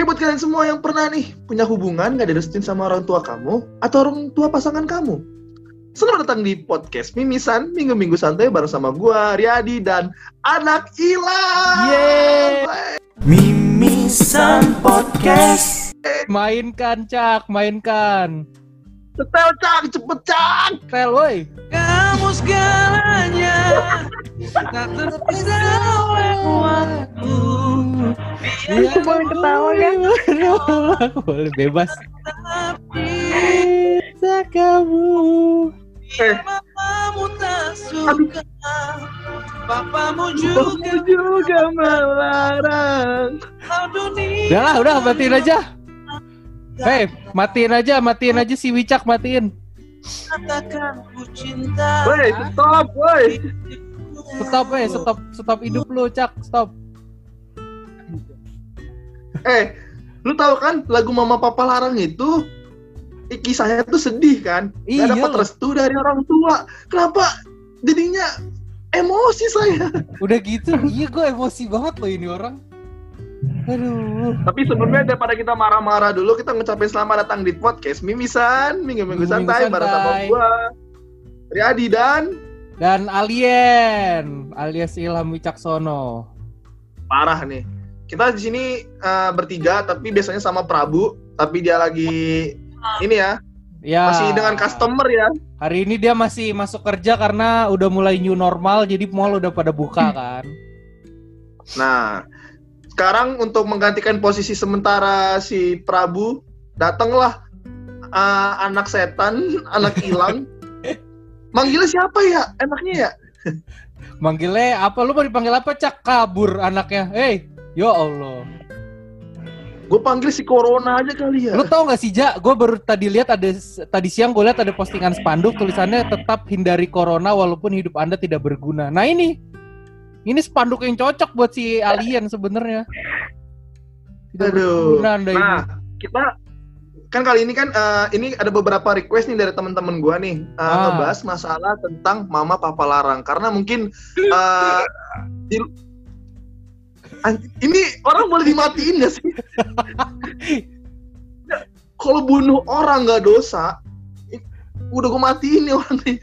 buat kalian semua yang pernah nih punya hubungan gak direstuin sama orang tua kamu atau orang tua pasangan kamu, selamat datang di podcast Mimisan Minggu-Minggu Santai bareng sama gua, Riyadi, dan anak Ilham. Yeay. Mimisan Podcast. Mainkan, Cak, mainkan. Setel, Cak, cepet, Cak. Setel, woi. Kamu segalanya, tak terpisah oleh waktu. Iya, boleh ketawa kan? Boleh bebas. Bisa kamu. Mamamu tak suka, papamu juga melarang. Udah, matiin aja. Hei, matiin aja si Wicak, matiin. Katakan ku cinta. Woi, stop, woi. Stop hidup lu, Cak, stop. Lu tahu kan lagu Mama Papa Larang itu kisahnya tuh sedih kan? Iya. Gak dapat restu dari orang tua. Kenapa jadinya emosi saya? Udah gitu, iya gue emosi banget loh ini orang. Aduh. Tapi sebelumnya daripada kita marah-marah dulu, kita ngucapin selamat datang di podcast Mimisan Minggu-Minggu Santai bareng sama gua, Riyadi, dan Alien alias Ilham Wicaksono. Parah nih. Kita di sini bertiga, tapi biasanya sama Prabu, tapi dia lagi ini ya. Ya. Masih dengan customer ya. Hari ini dia masih masuk kerja karena udah mulai new normal, jadi mall udah pada buka kan. Nah, sekarang untuk menggantikan posisi sementara si Prabu, datanglah anak setan, anak hilang. Manggilnya siapa ya? Enaknya ya? Manggilnya apa? Lu mau dipanggil apa, Cak? Kabur anaknya. Hey, ya Allah. Gue panggil si Corona aja kali ya. Lu tau gak sih, Ja? Gue baru tadi siang gue lihat ada postingan spanduk tulisannya tetap hindari corona walaupun hidup Anda tidak berguna. Nah ini spanduk yang cocok buat si Alien sebenarnya. Aduh. Nah, ini. kita kan kali ini kan ini ada beberapa request nih dari teman-teman gue nih ngebahas masalah tentang Mama Papa Larang karena mungkin ini orang boleh dimatiin gak sih? Kalau bunuh orang gak dosa, udah gue matiin nih orang nih.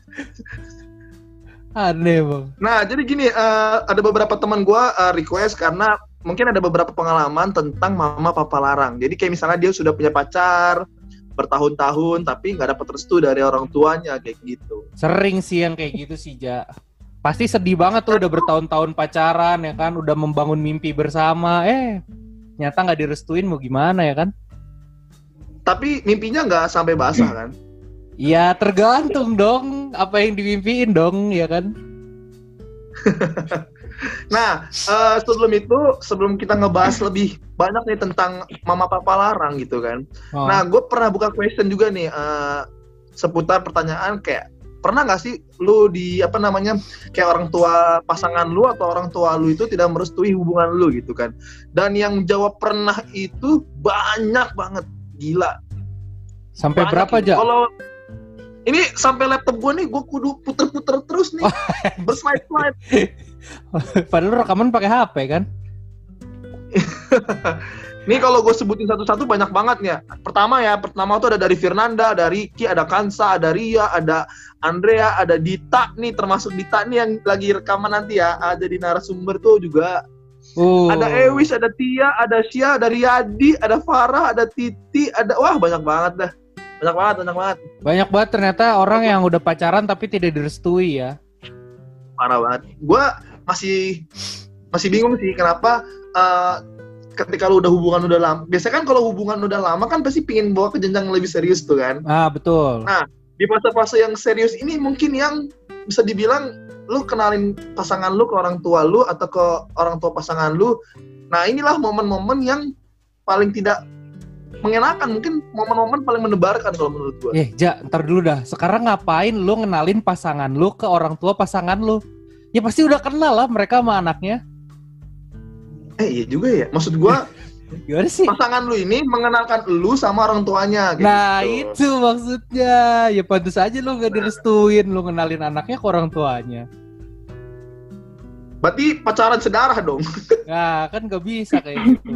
Aneh bang. Nah jadi gini, ada beberapa teman gue request karena mungkin ada beberapa pengalaman tentang Mama Papa Larang. Jadi kayak misalnya dia sudah punya pacar bertahun-tahun tapi nggak dapat restu dari orang tuanya kayak gitu. Sering sih yang kayak gitu sih, Ja. Pasti sedih banget tuh udah bertahun-tahun pacaran ya kan, udah membangun mimpi bersama, ternyata nggak direstuin mau gimana ya kan? Tapi mimpinya nggak sampai basah kan? Iya tergantung dong, apa yang dimimpiin dong ya kan? Nah, sebelum kita ngebahas lebih banyak nih tentang Mama Papa Larang gitu kan. Nah, gue pernah buka question juga nih seputar pertanyaan kayak pernah nggak sih lu kayak orang tua pasangan lu atau orang tua lu itu tidak merestui hubungan lu gitu kan? Dan yang jawab pernah itu banyak banget, gila. Sampai banyak berapa aja? Kalau ini sampai laptop gue nih, gue kudu puter-puter terus nih, berslide-slide. Padahal rekaman pakai HP kan? Nih kalau gue sebutin satu-satu banyak banget ya. Pertama tuh ada dari Fernanda, ada Ricky, ada Kansa, ada Ria, ada Andrea, ada Dita nih, termasuk Dita nih yang lagi rekaman nanti ya. Ada di narasumber tuh juga. Ada Ewis, ada Tia, ada Sia, ada Riyadi, ada Farah, ada Titi, banyak banget dah. Banyak banget ternyata orang yang udah pacaran tapi tidak direstui ya. Parah banget. Gue masih bingung sih kenapa ketika lu udah hubungan udah lama. Biasanya kan kalau hubungan udah lama kan pasti pingin bawa ke jenjang lebih serius tuh kan. Betul. Nah, di fase-fase yang serius ini mungkin yang bisa dibilang lu kenalin pasangan lu ke orang tua lu atau ke orang tua pasangan lu. Nah, inilah momen-momen yang paling tidak mengenakan, mungkin momen-momen paling mendebarkan kalau menurut gua. Ja, ntar dulu dah. Sekarang ngapain lu ngenalin pasangan lu ke orang tua pasangan lu? Ya pasti udah kenal lah mereka sama anaknya. Iya juga ya. Maksud gua gimana sih? Pasangan lu ini mengenalkan lu sama orang tuanya gitu. Nah, itu maksudnya. Ya pantas aja lu enggak direstuin, lu ngenalin anaknya ke orang tuanya. Berarti pacaran sedarah dong. Nah, kan nggak bisa kayak gitu.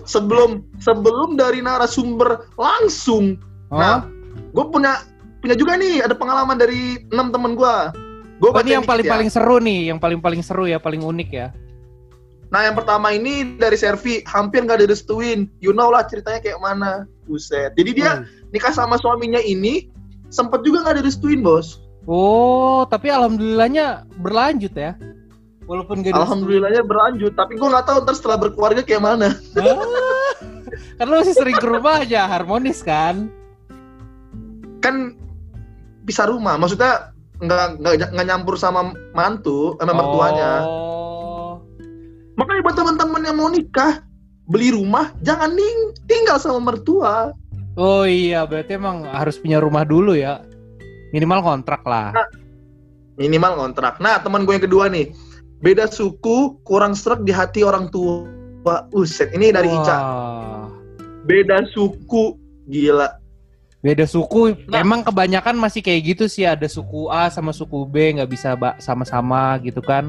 sebelum dari narasumber langsung. Nah, gue punya juga nih, ada pengalaman dari 6 temen gue. Ini yang paling seru nih, yang paling seru ya, paling unik ya. Nah, yang pertama ini dari Servi, hampir nggak direstuin. You know lah ceritanya kayak mana. Buset. Jadi dia nikah sama suaminya ini, sempet juga nggak direstuin, bos. Oh, tapi alhamdulillahnya berlanjut ya. Walaupun gak alhamdulillahnya berlanjut, tapi gue nggak tahu ntar setelah berkeluarga kayak mana. Kan lo masih sering ke rumah aja, harmonis kan? Kan pisah rumah, maksudnya nggak nyampur sama mantu, sama mertuanya. Makanya buat teman-teman yang mau nikah, beli rumah jangan tinggal sama mertua. Oh iya, berarti emang harus punya rumah dulu ya. Minimal kontrak lah. Nah, minimal kontrak. Nah, teman gue yang kedua nih, beda suku, kurang sreg di hati orang tua. Uset, ini dari Ica. Beda suku, gila. Beda suku, emang kebanyakan masih kayak gitu sih. Ada suku A sama suku B, nggak bisa sama-sama gitu kan.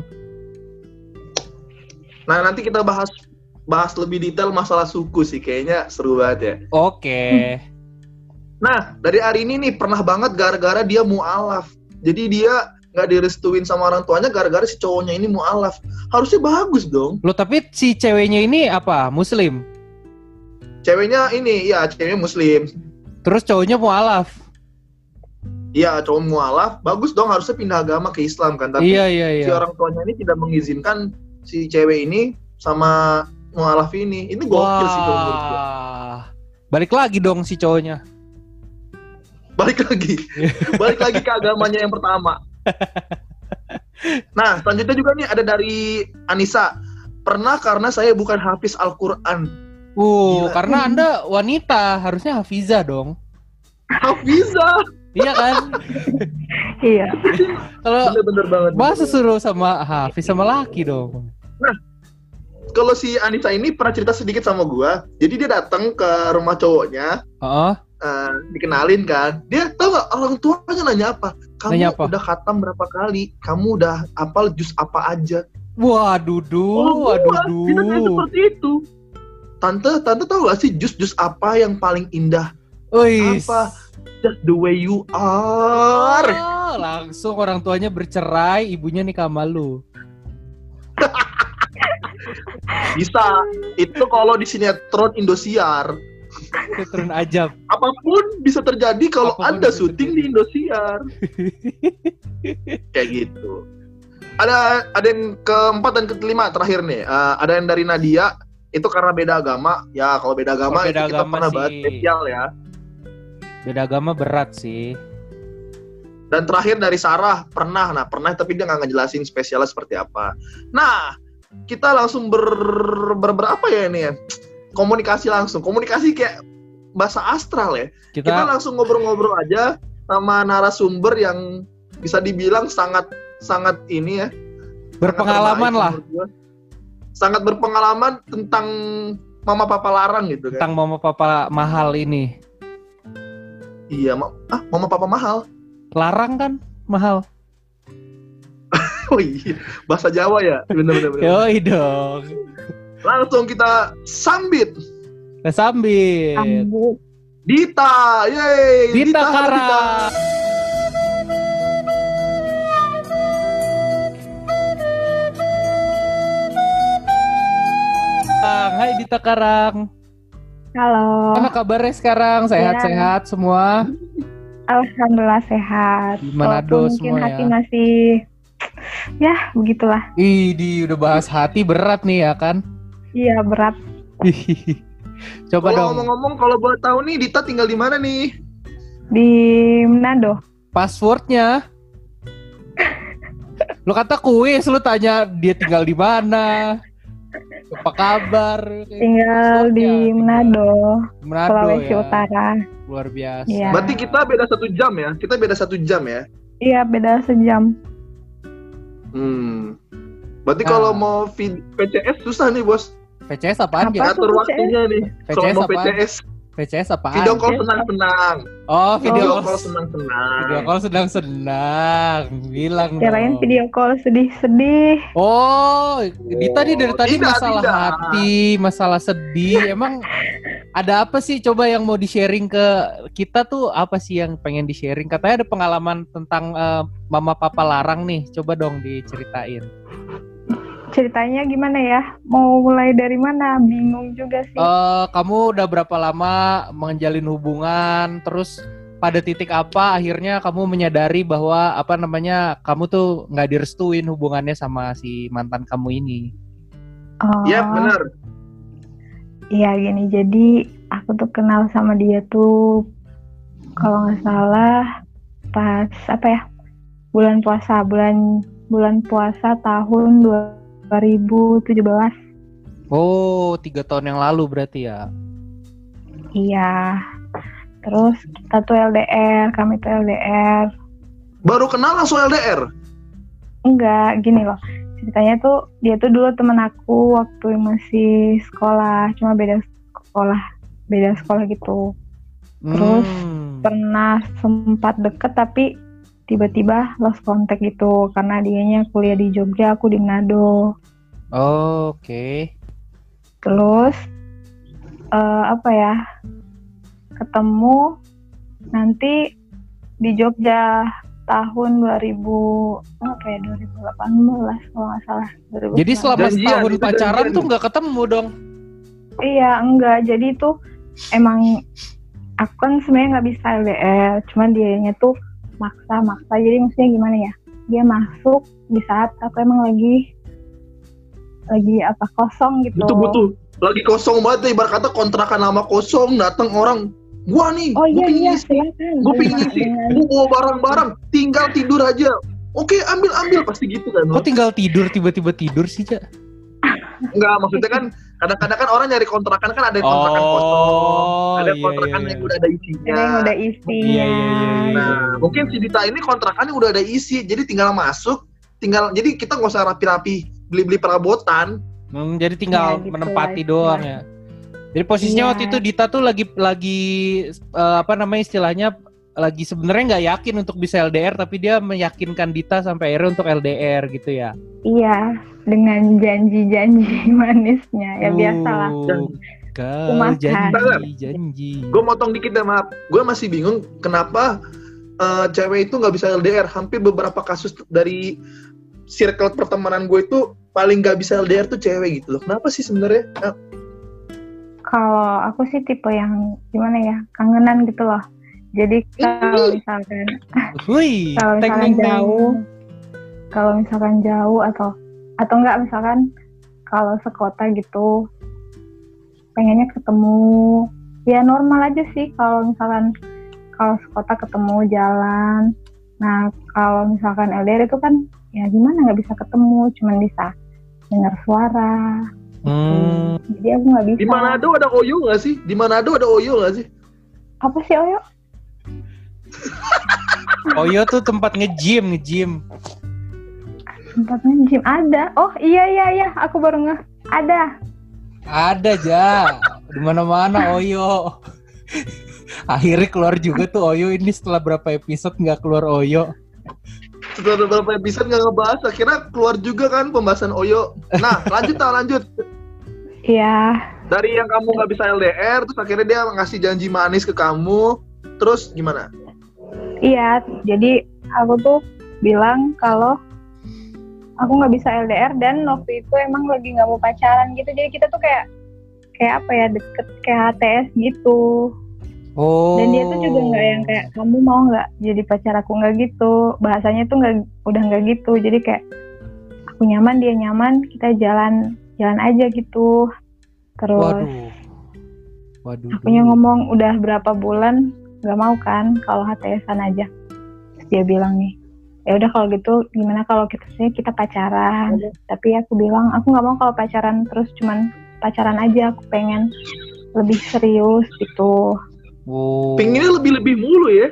Nah, nanti kita bahas lebih detail masalah suku sih. Kayaknya seru banget ya. Oke. Nah, dari hari ini nih, pernah banget gara-gara dia mu'alaf. Jadi dia nggak direstuin sama orang tuanya gara-gara si cowoknya ini mu'alaf. Harusnya bagus dong. Loh, tapi si ceweknya ini apa? Muslim? Ceweknya muslim. Terus cowoknya mu'alaf? Iya, cowok mu'alaf. Bagus dong, harusnya pindah agama ke Islam kan. Tapi iya. Si orang tuanya ini tidak mengizinkan si cewek ini sama mu'alaf ini. Ini gokil sih kalau menurut gue. Balik lagi dong si cowoknya. Balik lagi ke agamanya yang pertama. Nah, selanjutnya juga nih ada dari Anissa. Pernah karena saya bukan hafiz Al-Quran. Karena Anda wanita, harusnya hafizah dong. Hafizah? Iya kan? Iya. Kalau bener banget. Masa suruh sama hafiz sama laki dong. Nah, kalau si Anissa ini pernah cerita sedikit sama gua. Jadi dia datang ke rumah cowoknya. Dikenalin kan, dia tahu nggak orang tuanya nanya apa? Kamu udah khatam berapa kali? Kamu udah hafal juz apa aja? Waduh. Kita seperti itu. Tante tahu gak sih juz apa yang paling indah? Apa? Just the way you are. Langsung orang tuanya bercerai, ibunya nikah sama lu. Bisa. Itu kalau di sinetron Indosiar. Sinetron ajab. Apapun bisa terjadi kalau ada syuting di Indosiar. Kayak gitu. Ada yang keempat dan kelima terakhir nih. Ada yang dari Nadia. Itu karena beda agama. Ya kalau beda agama itu kita pernah bahas spesial ya. Beda agama berat sih. Dan terakhir dari Sarah, pernah tapi dia nggak ngejelasin spesialnya seperti apa. Nah, kita langsung berapa ya ini ya? Komunikasi kayak bahasa astral ya. Kita langsung ngobrol-ngobrol aja sama narasumber yang bisa dibilang sangat ini ya. Berpengalaman lah. Sangat berpengalaman tentang mama papa larang gitu kan. Tentang mama papa mahal ini. Iya, mama papa mahal. Larang kan mahal. Oh iya, bahasa Jawa ya. Bener. Yoi dong. Langsung kita sambit. Dita, yeay. Dita Karang. Hai Dita Karang. Halo. Mana kabarnya sekarang? Sehat-sehat semua? Alhamdulillah sehat. Di Manado semua mungkin hati masih ya begitulah. Udah bahas hati berat nih ya kan? Iya berat. Coba dong. Ngomong-ngomong kalau boleh tahu nih Dita tinggal di mana nih? Di Manado. Passwordnya? Lu kata kuis, lu tanya dia tinggal di mana? Apa kabar? Tinggal di Manado, Sulawesi ya. Utara. Luar biasa. Ya. Berarti kita beda 1 jam ya? Iya, beda sejam. Berarti kalau mau PCS susah nih, Bos. PCS apaan? Atur waktunya nih. Kalau mau PCS. VCS apaan? Video call senang-senang. Oh, video call senang-senang. Video call senang-senang. Bilang Kirain dong. video call sedih-sedih. Oh, Dita nih dari tadi tidak, masalah tidak. hati, masalah sedih. Emang ada apa sih coba yang mau di-sharing ke kita tuh, apa sih yang pengen di-sharing? Katanya ada pengalaman tentang mama papa larang nih. Coba dong diceritain. Ceritanya gimana ya? Mau mulai dari mana? Bingung juga sih. Kamu udah berapa lama menjalin hubungan? Terus pada titik apa akhirnya kamu menyadari bahwa kamu tuh nggak direstuin hubungannya sama si mantan kamu ini? Iya, benar. Iya gini, jadi aku tuh kenal sama dia tuh kalau nggak salah pas bulan puasa tahun 2017. Oh, 3 tahun yang lalu berarti ya? Iya. Terus kita tuh kami tuh LDR. Baru kenal langsung LDR? Enggak, gini loh. Ceritanya tuh dia tuh dulu temen aku waktu masih sekolah, cuma beda sekolah gitu. Terus pernah sempat deket tapi tiba-tiba lost contact gitu karena dianya kuliah di Jogja, aku di Manado. Oh, oke. Terus ketemu nanti di Jogja tahun 2018 kalau nggak salah. 2018. Jadi selama setahun pacaran tuh nggak ketemu dong? Iya, enggak. Jadi tuh emang aku kan sebenarnya nggak bisa LDR, cuman dianya tuh maksa. Jadi maksudnya gimana ya? Dia masuk di saat aku emang lagi kosong gitu. Betul. Lagi kosong banget, ibarat kata kontrakan lama kosong, datang orang, gua nih, gue pingin isi, gua bawa barang-barang, tinggal tidur aja. Oke, ambil pasti gitu kan. Kok tinggal tidur, tiba-tiba tidur sih, Cak? Enggak, maksudnya kan kadang-kadang kan orang nyari kontrakan kan ada kontrakan kosong, ada kontrakan yang udah ada isinya. Ada yang udah isinya. Iya. Nah, mungkin si Dita ini kontrakannya udah ada isi, jadi tinggal masuk, jadi kita nggak usah rapi-rapi beli-beli perabotan. Jadi tinggal gitu menempati doang ya. Jadi posisinya waktu itu Dita tuh lagi istilahnya lagi sebenarnya nggak yakin untuk bisa LDR, tapi dia meyakinkan Dita sampai akhirnya untuk LDR gitu ya. Iya, dengan janji-janji manisnya ya biasalah. Janji. Gue motong dikit deh, maaf. Gue masih bingung kenapa cewek itu nggak bisa LDR. Hampir beberapa kasus dari circle pertemanan gue itu paling nggak bisa LDR tuh cewek gitu loh. Kenapa sih sebenarnya? Kalau aku sih tipe yang gimana ya, kangenan gitu loh. Jadi kalau misalkan jauh atau enggak misalkan kalau sekota gitu pengennya ketemu, ya normal aja sih kalau sekota ketemu jalan. Nah kalau misalkan LDR itu kan ya gimana, nggak bisa ketemu, cuman bisa dengar suara. Jadi aku nggak bisa. Di Manado ada Oyo nggak sih? Apa sih Oyo? Oyo tuh tempat nge-gym. Tempat nge-gym ada. Oh iya, aku baru ada. Ada aja. Di mana-mana Oyo. Akhirnya keluar juga tuh Oyo ini setelah berapa episode nggak keluar Oyo. Setelah beberapa episode nggak ngebahas, akhirnya keluar juga kan pembahasan Oyo. Nah, lanjut. Iya. Dari yang kamu nggak bisa LDR, terus akhirnya dia ngasih janji manis ke kamu, terus gimana? Iya, jadi aku tuh bilang kalau aku nggak bisa LDR dan waktu itu emang lagi nggak mau pacaran gitu. Jadi kita tuh kayak deket kayak HTS gitu. Oh. Dan dia tuh juga nggak yang kayak kamu mau nggak jadi pacar aku, nggak gitu. Bahasanya tuh udah nggak gitu. Jadi kayak aku nyaman, dia nyaman, kita jalan aja gitu. Terus Waduh. akunya ngomong udah berapa bulan nggak mau kan kalau HTS-an aja. Terus dia bilang nih, ya udah kalau gitu gimana kalau kita pacaran. Tapi aku bilang aku nggak mau kalau pacaran terus cuman pacaran aja, aku pengen lebih serius gitu. Pengennya lebih mulu ya.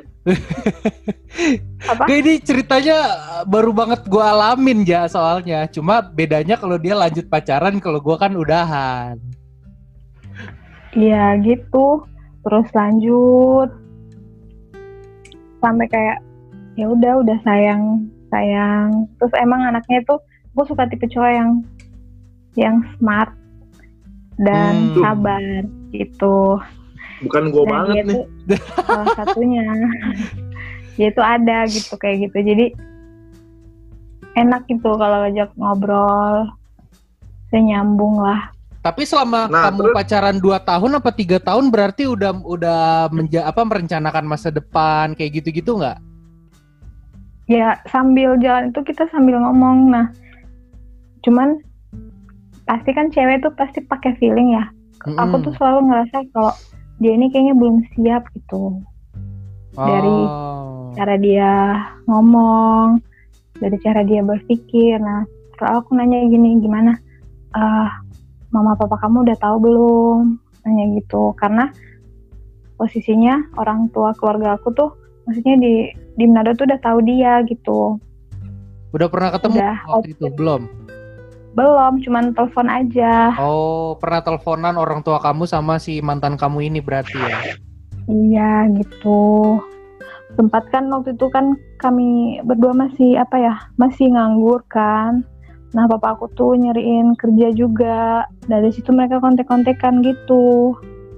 Apa? Ini ceritanya baru banget gue alamin ya soalnya. Cuma bedanya kalau dia lanjut pacaran, kalau gue kan udahan. Iya gitu. terus lanjut sampai kayak ya udah sayang. Terus emang anaknya tuh gue suka tipe cowok yang smart dan sabar gitu. Bukan gue banget nih. Salah satunya dia tuh ada gitu kayak gitu. Jadi enak gitu kalau ajak ngobrol, saya nyambung lah. Tapi selama kamu pacaran 2 tahun apa 3 tahun berarti udah merencanakan masa depan kayak gitu-gitu nggak? Ya sambil jalan itu kita sambil ngomong. Nah, cuman pasti kan cewek tuh pasti pakai feeling ya. Aku tuh selalu ngerasa kalau dia ini kayaknya belum siap gitu. Dari cara dia ngomong, dari cara dia berpikir. Nah, kalau aku nanya gimana? Mama papa kamu udah tahu belum? Nanya gitu. Karena posisinya orang tua keluarga aku tuh maksudnya di Manado tuh udah tahu dia gitu. Udah pernah ketemu waktu itu? Belum, cuman telepon aja. Oh, pernah teleponan orang tua kamu sama si mantan kamu ini berarti ya? Iya gitu. Sempat kan waktu itu kan kami berdua masih nganggur kan. Nah papa aku tuh nyariin kerja juga. Dari situ mereka kontek-kontekan gitu.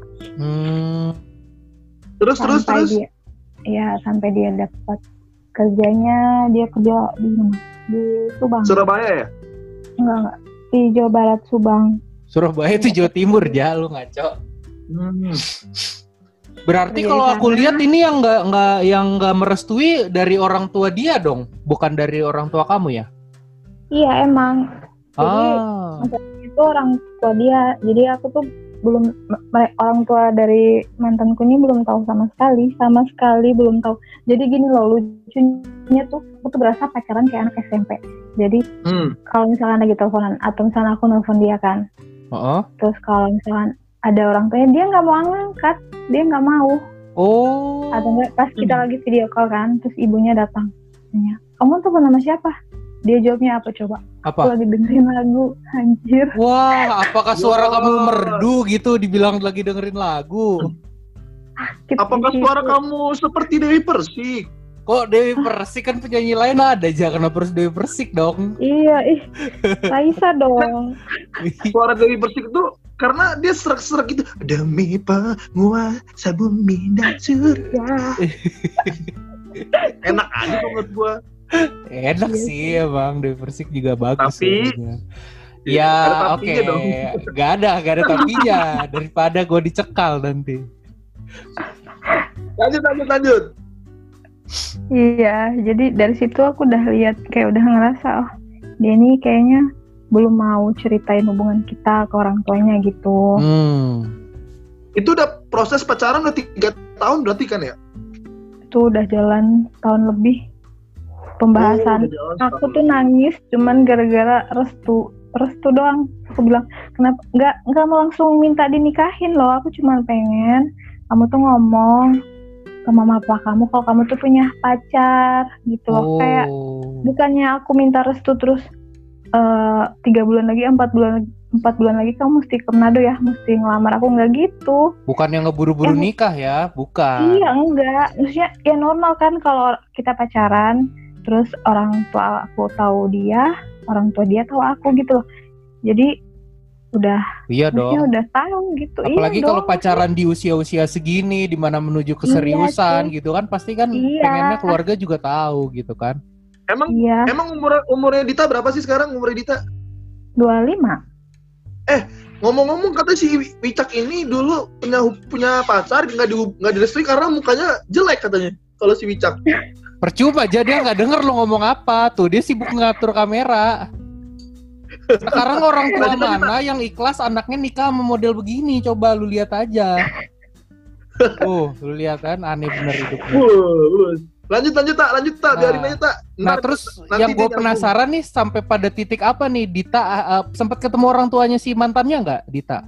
Terus. Sampai dia dapat kerjanya, dia kerja di mana? Di Subang. Surabaya ya? Enggak. Di Jawa Barat, Subang. Surabaya itu Jawa Timur, lu ngaco. Berarti kalau aku lihat ini yang nggak merestui dari orang tua dia dong, bukan dari orang tua kamu ya? Iya emang. Jadi itu orang tua dia. Jadi aku tuh orang tua dari mantanku ini belum tahu sama sekali belum tahu. Jadi gini loh, lucunya tuh aku tuh berasa pacaran kayak anak SMP. Jadi kalau misalkan lagi teleponan atau misalkan aku nelfon dia kan, terus kalau misalkan ada orang tuanya dia nggak mau angkat, dia nggak mau. Atau enggak pas kita lagi video call kan, terus ibunya datang, tanya, kamu tuh nama siapa? Dia jawabnya apa coba? Apa? Aku lagi dengerin lagu, anjir. Wah, apakah suara kamu merdu gitu dibilang lagi dengerin lagu? Apakah suara kamu seperti Dewi Persik? Kok Dewi Persik kan penyanyi lain ada aja, kenapa harus Dewi Persik dong? Iya, Raisa dong. Suara Dewi Persik itu karena dia serak-serak gitu. Demi penguasa bumi dan surga. Enak aja menurut gua. Enak sih emang, Dewi Persik juga bagus. Tapi ya oke, gak ada tapinya daripada gue dicekal nanti. Lanjut. Iya, jadi dari situ aku udah lihat kayak udah ngerasa dia ini kayaknya belum mau ceritain hubungan kita ke orang tuanya gitu. Itu udah proses pacaran udah 3 tahun berarti kan ya? Itu udah jalan tahun lebih. Pembahasan aku tuh nangis cuman gara-gara restu doang. Aku bilang kenapa nggak mau langsung minta dinikahin loh, aku cuma pengen kamu tuh ngomong ke mama papa kamu kalau kamu tuh punya pacar gitu loh. Kayak bukannya aku minta restu terus 3 bulan lagi 4 bulan lagi kamu mesti ke Manado ya, mesti ngelamar aku, nggak gitu. Bukan yang ngeburu-buru nikah ya, bukan. Iya enggak, maksudnya ya normal kan kalau kita pacaran terus orang tua aku tahu dia, orang tua dia tahu aku gitu loh. Jadi udah, iya dong, udah tahu gitu. Apalagi kalau pacaran di usia-usia segini, di mana menuju keseriusan gitu kan, pasti kan pengennya keluarga juga tahu gitu kan. Emang umurnya Dita berapa sih sekarang umurnya Dita? 25. Ngomong-ngomong katanya si Wicak ini dulu punya pacar nggak direstui karena mukanya jelek katanya. Kalau si Wicak. Percuma aja, dia nggak denger lo ngomong apa. Tuh dia sibuk ngatur kamera. Sekarang orang tua mana yang ikhlas anaknya nikah sama model begini? Coba lu lihat aja. Lu lihat kan, aneh bener hidupnya. Lanjut tak, biarin aja tak. Nah terus yang gue penasaran nih, sampai pada titik apa nih Dita sempat ketemu orang tuanya si mantannya nggak, Dita?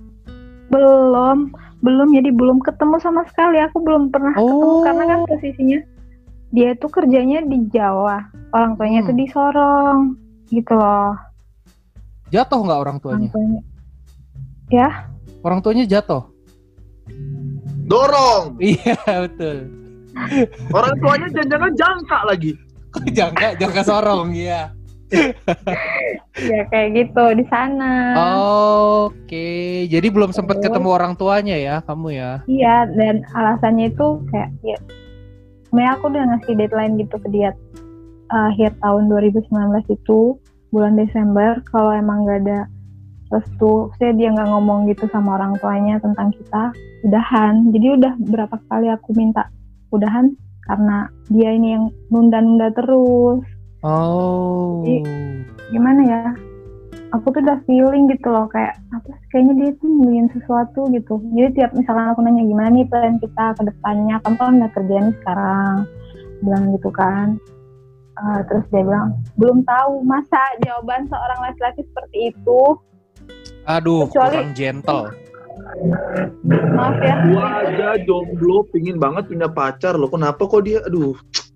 Belum, jadi belum ketemu sama sekali. Aku belum pernah ketemu karena kan posisinya dia tuh kerjanya di Jawa, orang tuanya tuh di Sorong, gitu loh. Jatuh nggak orang tuanya? Ya? Orang tuanya jatuh? dorong. Iya betul. Orang tuanya jangan-jangan jangka lagi. Jangka sorong ya. Ya kayak gitu di sana. Oke, jadi belum sempat ketemu orang tuanya ya kamu ya? Iya, dan alasannya itu kayak ya, sebenarnya aku udah ngasih deadline gitu ke dia akhir tahun 2019 itu bulan Desember, kalau emang nggak ada restu, dia nggak ngomong gitu sama orang tuanya tentang kita, udahan. Jadi udah berapa kali aku minta udahan karena dia ini yang nunda-nunda terus. Jadi, gimana ya? Aku tuh udah feeling gitu loh, kayak apa sih, kayaknya dia tuh ngeliin sesuatu gitu. Jadi tiap misalkan aku nanya gimana nih plan kita ke depannya, kamu kan udah kerja nih sekarang, bilang gitu kan. Terus dia bilang belum tahu. Masa jawaban seorang laki-laki seperti itu? Aduh, kecuali kurang gentle. Maaf ya. Gua aja jomblo, pingin banget punya pacar loh. Kenapa kok dia? Aduh.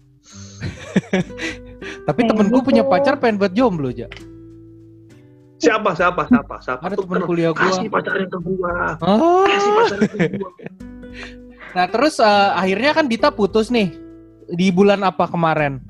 Tapi temenku punya pacar pengen buat jomblo aja. Siapa? Ada temen kuliah gua. Kasih pacarnya ke gua. Kasih pacarnya ke gua. Nah terus akhirnya kan Dita putus nih. Di bulan apa kemarin?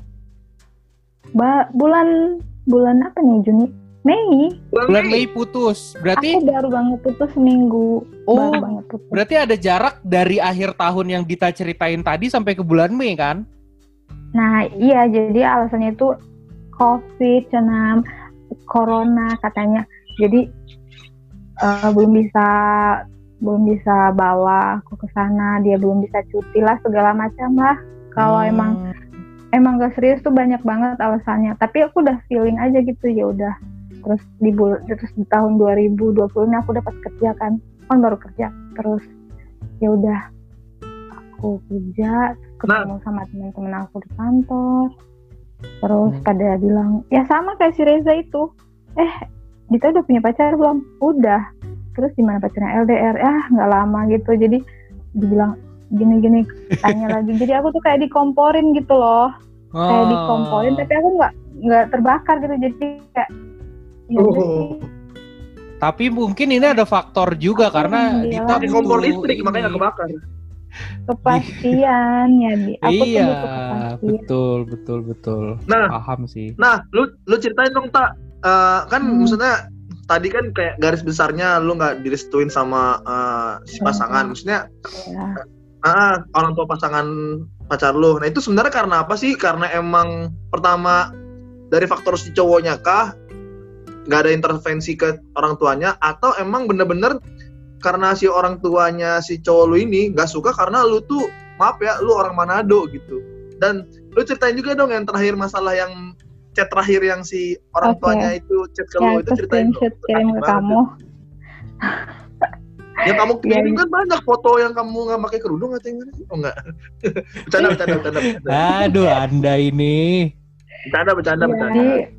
Bulan apa nih, Juni? Mei. Bulan Mei putus. Berarti aku baru banget putus seminggu. Oh, baru banget putus. Berarti ada jarak dari akhir tahun yang Dita ceritain tadi sampai ke bulan Mei kan? Nah iya, jadi alasannya itu COVID, corona katanya. Jadi belum bisa bawa aku ke sana, dia belum bisa cuti lah, segala macam lah. Kalau emang gak serius tuh banyak banget alasannya. Tapi aku udah feeling aja gitu, ya udah. Terus di tahun 2020 ini aku dapat kerja kan baru kerja. Terus ya udah aku kerja, ketemu sama teman-teman aku di kantor. Terus pada bilang, ya sama kayak si Reza itu. Dita udah punya pacar belum? Udah. Terus gimana pacarnya? LDR? Nggak lama gitu. Jadi dibilang gini-gini, tanya lagi. Jadi aku tuh kayak dikomporin gitu loh. Kayak dikomporin, tapi aku nggak terbakar gitu. Jadi kayak Tapi mungkin ini ada faktor juga karena Dita di kompor listrik makanya kebakar. Kepastian ya, aku iya, tuh betul. Nah, paham sih. Nah, lu ceritain dong tak, kan maksudnya tadi kan kayak garis besarnya lu nggak direstuin sama si pasangan, maksudnya orang tua pacar lu. Nah itu sebenarnya karena apa sih? Karena emang pertama dari faktor si cowoknya kah? Nggak ada intervensi ke orang tuanya, atau emang bener-bener karena si orang tuanya si cowok lu ini nggak suka karena lu tuh, maaf ya, lu orang Manado gitu. Dan lu ceritain juga dong yang terakhir, masalah yang chat terakhir yang si orang tuanya itu chat ke lu, itu ceritain dong. Kirim ke kamu. Yang kamu kirim kan banyak foto yang kamu nggak pakai kerudung atau yang mana sih? Oh enggak. Bercanda. Aduh, Anda ini. Bercanda. Jadi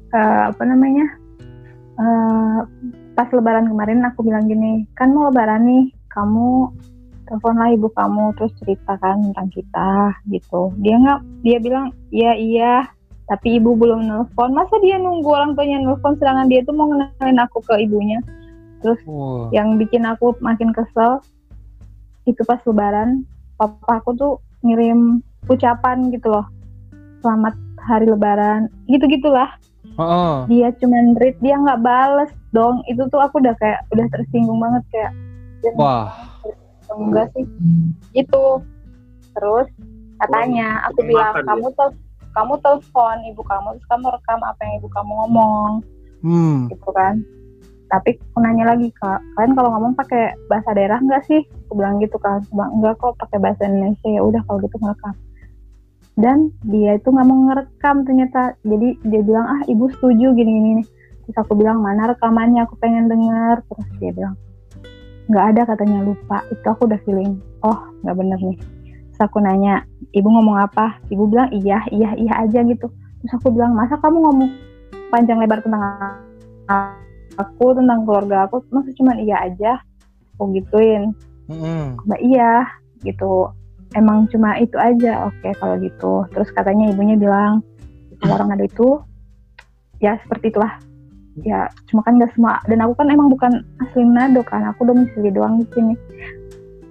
pas lebaran kemarin aku bilang gini, kan mau lebaran nih, kamu teleponlah ibu kamu, terus ceritakan tentang kita gitu. Dia bilang iya, tapi ibu belum nelfon. Masa dia nunggu orang tuanya nelfon sedangkan dia tuh mau ngenalin aku ke ibunya. Terus yang bikin aku makin kesel itu pas lebaran, papa aku tuh ngirim ucapan gitu loh, selamat hari lebaran, gitu-gitulah. Dia cuman read, dia nggak bales dong. Itu tuh aku udah tersinggung banget, kayak enggak sih itu. Terus katanya aku bilang, kamu telepon ibu kamu, terus kamu rekam apa yang ibu kamu ngomong, gitu kan. Tapi aku nanya lagi, kalian kalau ngomong pakai bahasa daerah nggak sih? Aku bilang gitu kan. Enggak kok, pakai bahasa Indonesia. Ya udah kalau gitu ngerekam. Dan dia itu nggak mau ngerekam ternyata. Jadi dia bilang, ibu setuju gini. Terus aku bilang, mana rekamannya, aku pengen denger. Terus dia bilang, nggak ada katanya, lupa. Itu aku udah feeling, nggak bener nih. Terus aku nanya, ibu ngomong apa? Ibu bilang iya aja gitu. Terus aku bilang, masa kamu ngomong panjang lebar tentang aku, tentang keluarga aku, masa cuma iya aja? Aku gituin. Mbak iya gitu. Emang cuma itu aja. Oke kalau gitu. Terus katanya ibunya bilang, orang ada itu ya seperti itulah. Ya cuma kan gak semua. Dan aku kan emang bukan asli Manado kan. Aku domisili doang di sini.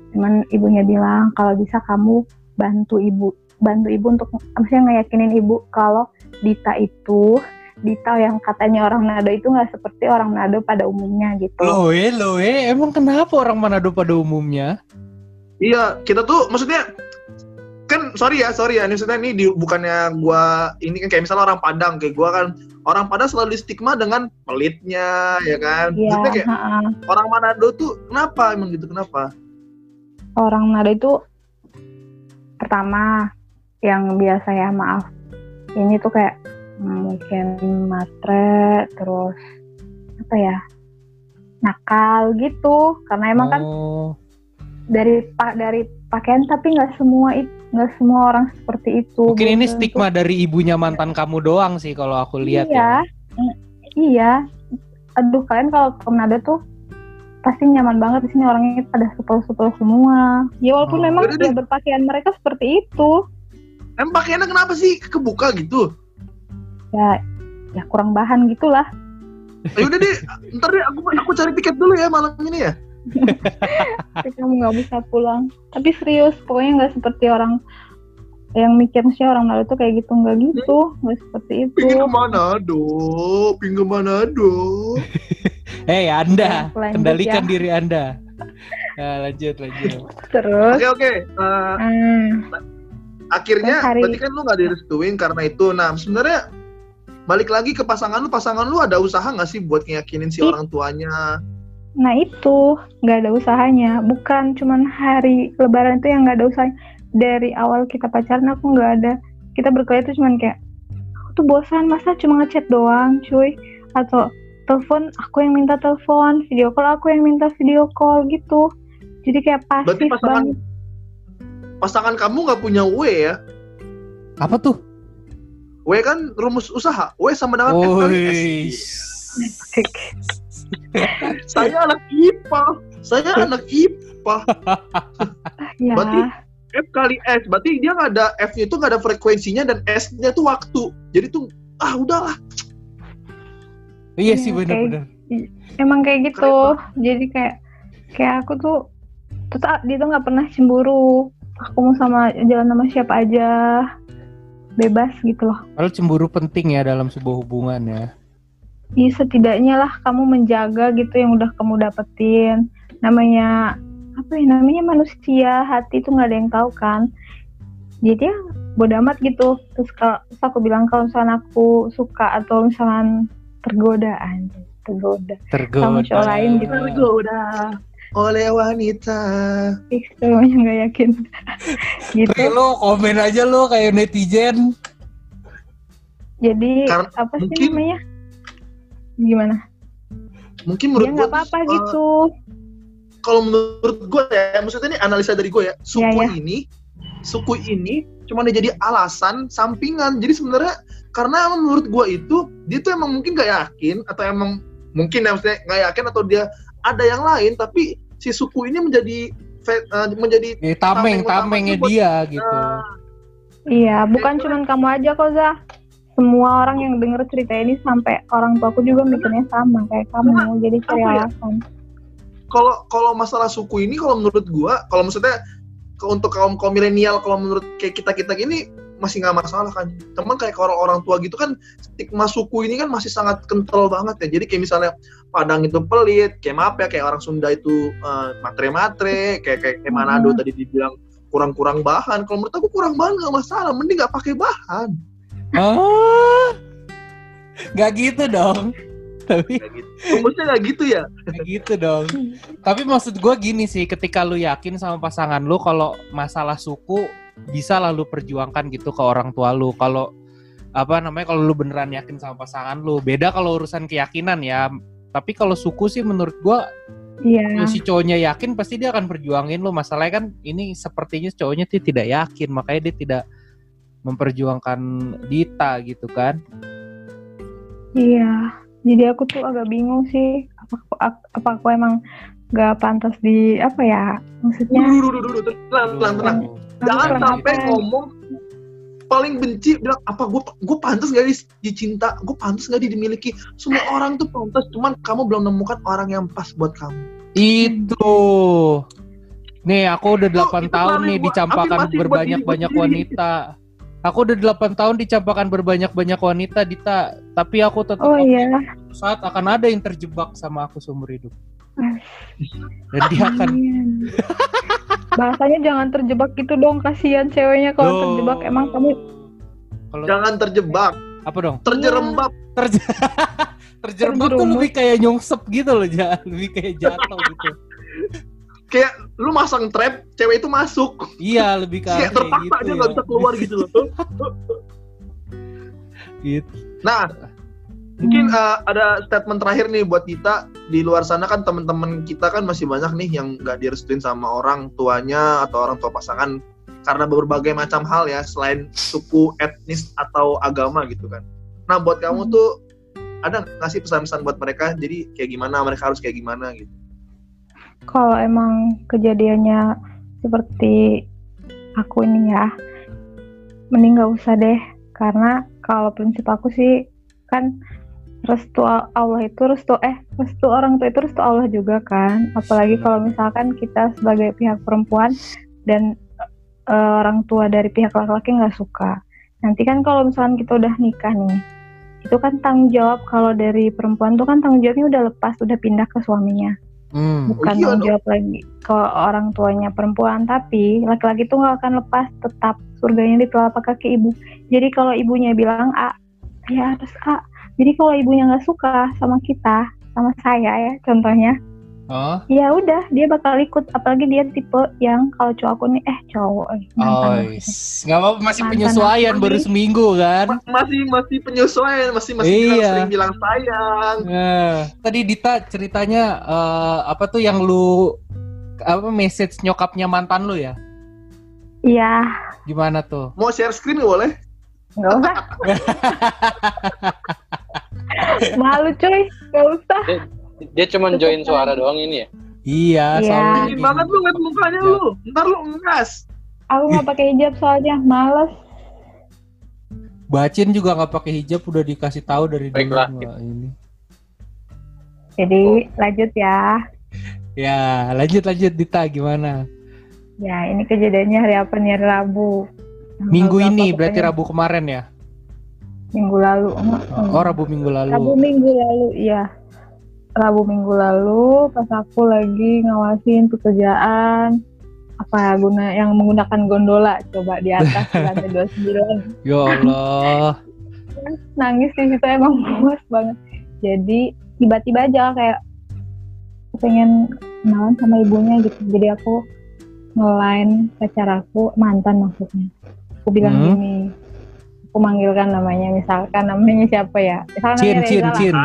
Cuman ibunya bilang kalau bisa kamu bantu ibu untuk maksudnya ngeyakinin ibu kalau Dita yang katanya orang Manado itu nggak seperti orang Manado pada umumnya gitu. Loh, emang kenapa orang Manado pada umumnya? Iya, kita tuh maksudnya kan sorry ya, ini maksudnya ini bukannya gua ini kan kayak misalnya orang Padang, kayak gua kan orang Padang selalu stigma dengan pelitnya, ya kan? Iya. Maksudnya kayak orang Manado tuh kenapa emang gitu, kenapa? Orang Manado itu pertama yang biasa ya maaf, ini tuh kayak mungkin matre, terus apa ya, nakal gitu, karena emang kan dari pakaian, tapi nggak semua orang seperti itu. Mungkin ini stigma dari ibunya mantan kamu doang sih kalau aku lihat. Iya. Aduh, kalian kalau ke Manado tuh pasti nyaman banget di sini, orangnya pada supel-supel semua. Ya walaupun memang ya berpakaian mereka seperti itu. Emang pakaiannya kenapa sih kebuka gitu? Ya kurang bahan gitulah. Ayo udah deh, ntar deh aku cari tiket dulu ya malam ini ya. Tapi kamu nggak bisa pulang. Tapi serius, pokoknya nggak seperti orang yang mikir sih orang Manado tuh kayak gitu, nggak seperti itu. Pinggir Manado. Hei Anda, kendalikan diri Anda. Nah, lanjut. Terus. Oke. Akhirnya berarti kan lu nggak direstuin karena itu. Nah sebenarnya balik lagi ke pasangan lu ada usaha nggak sih buat ngeyakinin si orang tuanya? Nah itu nggak ada usahanya, bukan cuman hari Lebaran itu yang nggak ada usahanya. Dari awal kita pacaran aku nggak ada, kita berkelahi itu cuman kayak aku tuh bosan, masa cuma ngechat doang cuy, atau telepon aku yang minta telepon, video call aku yang minta video call gitu. Jadi kayak pasif banget. Pasangan kamu nggak punya W ya? Apa tuh? W kan rumus usaha. W sama dengan F kali S. Saya anak IPA. Ya. Berarti F kali S. Berarti dia nggak ada, F-nya itu nggak ada frekuensinya dan S-nya tuh waktu. Jadi tuh udahlah. Iya sih benar-benar. Emang kayak gitu. Jadi kayak aku tuh dia tuh nggak pernah cemburu. Aku mau jalan sama siapa aja, bebas gitu loh. Kalau cemburu penting ya dalam sebuah hubungan ya. Iya, setidaknya lah kamu menjaga gitu yang udah kamu dapetin. Namanya manusia, hati tuh nggak ada yang tahu kan. Jadi ya bodo amat gitu. Terus aku bilang kalau misalnya aku suka atau misalnya tergoda sama cowok lain gitu. Tergoda oleh wanita. Semuanya nggak yakin. Gitu. Lo komen aja lo kayak netizen. Jadi apa sih mungkin, namanya? Gimana? Mungkin menurut gue nggak apa-apa gitu. Kalau menurut gue ya, maksudnya ini analisa dari gue ya, suku ini cuma jadi alasan sampingan. Jadi sebenarnya karena menurut gue itu dia tuh emang mungkin nggak yakin, atau emang mungkin ya maksudnya nggak yakin, atau dia ada yang lain, tapi si suku ini menjadi tamengnya dia gitu. Iya, bukan cuma kamu aja kok, Zah. Semua orang yang denger cerita ini sampai orang tuaku juga mikirnya sama kayak kamu, jadi cari alasan. Kalau masalah suku ini, kalau menurut gua, kalau maksudnya untuk kaum milenial, kalau menurut kayak kita gini masih nggak masalah kan. Cuman kayak orang tua gitu kan, stigma suku ini kan masih sangat kental banget ya. Jadi kayak misalnya Padang itu pelit, kayak orang Sunda itu matre-matre, kayak Manado tadi dibilang kurang bahan. Kalau menurut aku kurang bahan nggak masalah, mending nggak pakai bahan. Nggak gitu dong. Tapi rumusnya nggak gitu ya? Nggak gitu dong. Tapi maksud gue gini sih, ketika lu yakin sama pasangan lu kalau masalah suku bisa lalu perjuangkan gitu ke orang tua lu. Kalau kalau lu beneran yakin sama pasangan lu, beda kalau urusan keyakinan ya. Tapi kalau suku sih menurut gue, kalau si cowoknya yakin pasti dia akan perjuangin lu. Masalahnya kan ini sepertinya cowoknya tidak yakin, makanya dia tidak memperjuangkan Dita gitu kan. Iya, jadi aku tuh agak bingung sih, apa aku emang gak pantas maksudnya. Tenang. Jangan sampai ngomong paling benci, bilang apa gue pantas gak dicinta, gue pantas gak dimiliki. Semua orang tuh pantas, cuman kamu belum menemukan orang yang pas buat kamu. Itu Nih, aku udah 8 itu tahun paling nih gua dicampakkan afirmasi buat diri berbanyak-banyak gua sendiri. wanita. Aku udah 8 tahun dicampakkan berbanyak-banyak wanita, Dita. Tapi aku tetap Oh iya. suatu saat akan ada yang terjebak sama aku seumur hidup. Dan dia akan Bahasanya jangan terjebak gitu dong, kasihan ceweknya kalau Loh. terjebak. Emang kamu Kalau Jangan terjebak, apa dong? terjerembab. Terjerembab tuh Terjerumus. lebih kayak nyongsep gitu loh, lebih kayak jatuh gitu. Kayak lu masang trap, cewek itu masuk. Iya, lebih ke arah Kayak terpaksa gitu dia ya. nggak bisa keluar gitu loh. Gitu. Nah, mungkin ada statement terakhir nih buat kita. Di luar sana kan teman-teman kita kan masih banyak nih yang nggak direstuin sama orang tuanya atau orang tua pasangan karena berbagai macam hal ya, selain suku, etnis atau agama gitu kan. Nah, buat kamu tuh ada nggak sih pesan-pesan buat mereka? Jadi kayak gimana, mereka harus kayak gimana gitu? kalau emang kejadiannya seperti aku ini ya, mending nggak usah deh. Karena kalau prinsip aku sih kan restu Allah itu restu orang tua itu restu Allah juga kan. Apalagi kalau misalkan kita sebagai pihak perempuan dan orang tua dari pihak laki-laki nggak suka. Nanti kan kalau misalkan kita udah nikah nih, itu kan tanggung jawab. Kalau dari perempuan tuh kan tanggung jawabnya udah lepas, udah pindah ke suaminya. Bukan iya tanggung dong. jawab lagi ke orang tuanya perempuan. Tapi laki-laki tuh nggak akan lepas, tetap surganya di telapak kaki ibu. Jadi kalau ibunya bilang A, ya harus A. Jadi kalau ibunya nggak suka sama kita, sama saya ya contohnya, ya udah dia bakal ikut. Apalagi dia tipe yang kalau cowok aku nih mantan aku. Nggak apa-apa, masih Mantan penyesuaian aku baru nih. seminggu kan. Masih penyesuaian, masih Iya. sering bilang sayang. Nah, tadi Dita ceritanya apa tuh yang lu message nyokapnya mantan lu ya? Iya, Gimana tuh? Mau share screen nggak boleh? nggak usah. Malu cuy, nggak usah. Dia cuma join suara doang ini ya? Iya, Iya. selalu Ingin banget lu liat mukanya lu. Ntar lu ngegas. Aku nggak pakai hijab soalnya, males. Bacin juga nggak pakai hijab, udah dikasih tahu dari dulu. Baiklah. Nggak ini. Jadi lanjut ya. Ya, lanjut Dita, gimana? Ya, ini kejadiannya hari apa nih? Hari Rabu. Minggu Tanggal ini, berapa berarti pokoknya? Rabu kemarin ya? Minggu lalu. Oh, Rabu minggu lalu. Rabu minggu lalu, iya. Rabu minggu lalu, pas aku lagi ngawasin pekerjaan yang menggunakan gondola, coba di atas di lantai 29. Ya Allah. Nangis di situ, emang puas banget. Jadi tiba-tiba aja kayak pengen kenalan sama ibunya gitu. Jadi aku nge-line pacar aku, mantan maksudnya. Aku bilang gini, aku manggilkan namanya, misalkan namanya siapa ya? Misalkan Cin.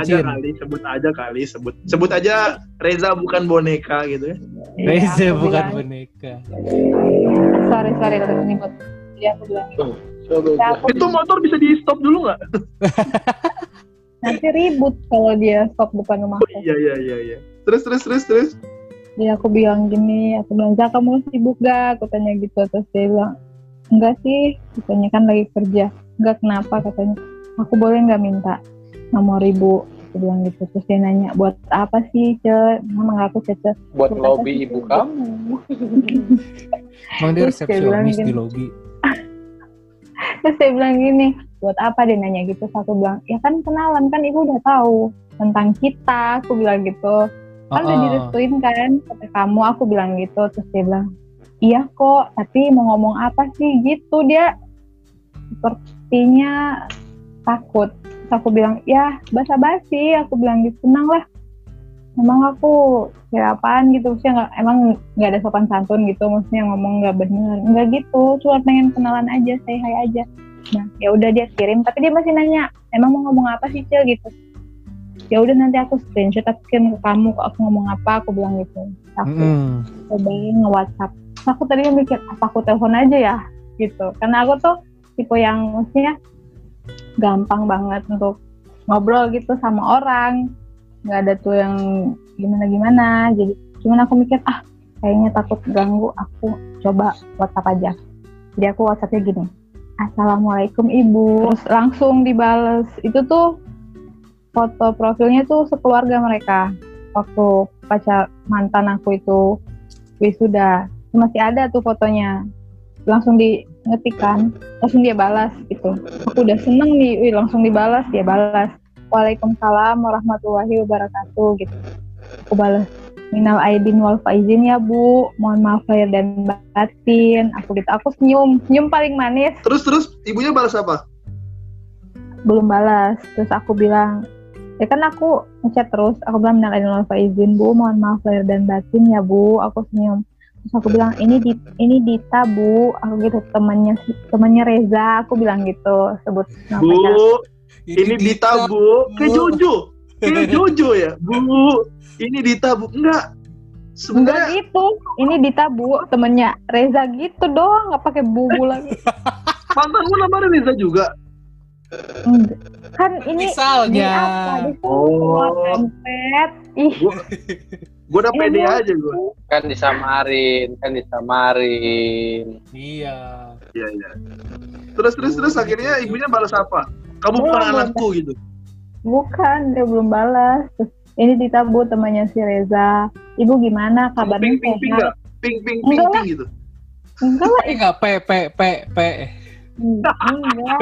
Sebut aja Reza bukan boneka gitu ya. Reza aku bukan bilang, boneka. sorry nyebut. Jadi aku bilang gitu. Ya, aku Itu motor bisa di stop dulu nggak? nanti ribut kalau dia stop depan rumahku. Iya. Terus. Jadi aku bilang gini, Zak, kamu sibuk gak? Aku tanya gitu, terus dia bilang, enggak sih, katanya kan lagi kerja. Enggak, kenapa? Katanya, aku boleh nggak minta nomor ibu? Aku bilang gitu, terus dia nanya, buat apa sih, Ce? Emang aku Cece? Buat lobby ibu kamu. Emang dia Terus dia bilang resepsionis gini. di lobby. Terus dia bilang gini, buat apa dia nanya gitu? Terus aku bilang, ya kan kenalan, kan ibu udah tahu tentang kita. Aku bilang gitu, kan udah direstuin kan, kata kamu. Aku bilang gitu, terus dia bilang, iya kok, tapi mau ngomong apa sih gitu. Dia sepertinya takut. Terus aku bilang, ya basa-basi. Aku bilang gitu, tenang lah, emang aku kayak apaan gitu. Maksudnya emang nggak ada sopan santun gitu, maksudnya ngomong nggak bener, nggak gitu, cuma pengen kenalan aja, say hi aja. Nah ya udah dia kirim, tapi dia masih nanya, emang mau ngomong apa sih, Cil, gitu. Ya udah nanti aku screenshot, aku kirim ke kamu, kok aku ngomong apa, aku bilang gitu. Aku cobain nge-WhatsApp. Terus aku tadinya mikir, apa aku telepon aja ya gitu, karena aku tuh tipe yang maksudnya gampang banget untuk ngobrol gitu sama orang, nggak ada tuh yang gimana. Jadi cuman aku mikir, kayaknya takut ganggu, aku coba WhatsApp aja. Jadi aku WhatsAppnya gini, Assalamualaikum Ibu. Terus langsung dibales. Itu tuh foto profilnya tuh sekeluarga mereka waktu pacar mantan aku itu wisuda. masih ada tuh fotonya. Langsung ngetik kan, langsung dia balas gitu. Aku udah seneng nih, langsung dibalas, dia balas. Waalaikumsalam warahmatullahi wabarakatuh gitu. Aku balas, minal aidin wal faizin ya Bu, mohon maaf lahir dan batin. Aku senyum paling manis. Terus ibunya balas apa? Belum balas. Terus aku bilang, ya kan aku ngechat terus, aku bilang minal aidin wal faizin Bu, mohon maaf lahir dan batin ya Bu. Aku senyum. Terus aku bilang ini Dita Bu, aku gitu temannya Reza, aku bilang gitu, sebut nama Bu, pacar. ini Dita Bu, kayak Jojo ya, Bu, ini Dita Bu, enggak sebenarnya gitu, ini Dita Bu, temannya Reza gitu doang, nggak pakai Bu lagi. mantanmu namanya Reza juga. Kan ini misalnya di template. Ih, Gue udah pede aja gue. Kan disamarin. iya. Terus akhirnya ibunya balas apa? Kamu bukan anakku gitu. Bukan, dia belum balas. Terus, ini Dita Bu, temannya si Reza. Ibu gimana kabarnya? Ping Sehat? ping gitu. Enggak lah, Enggak P. enggak.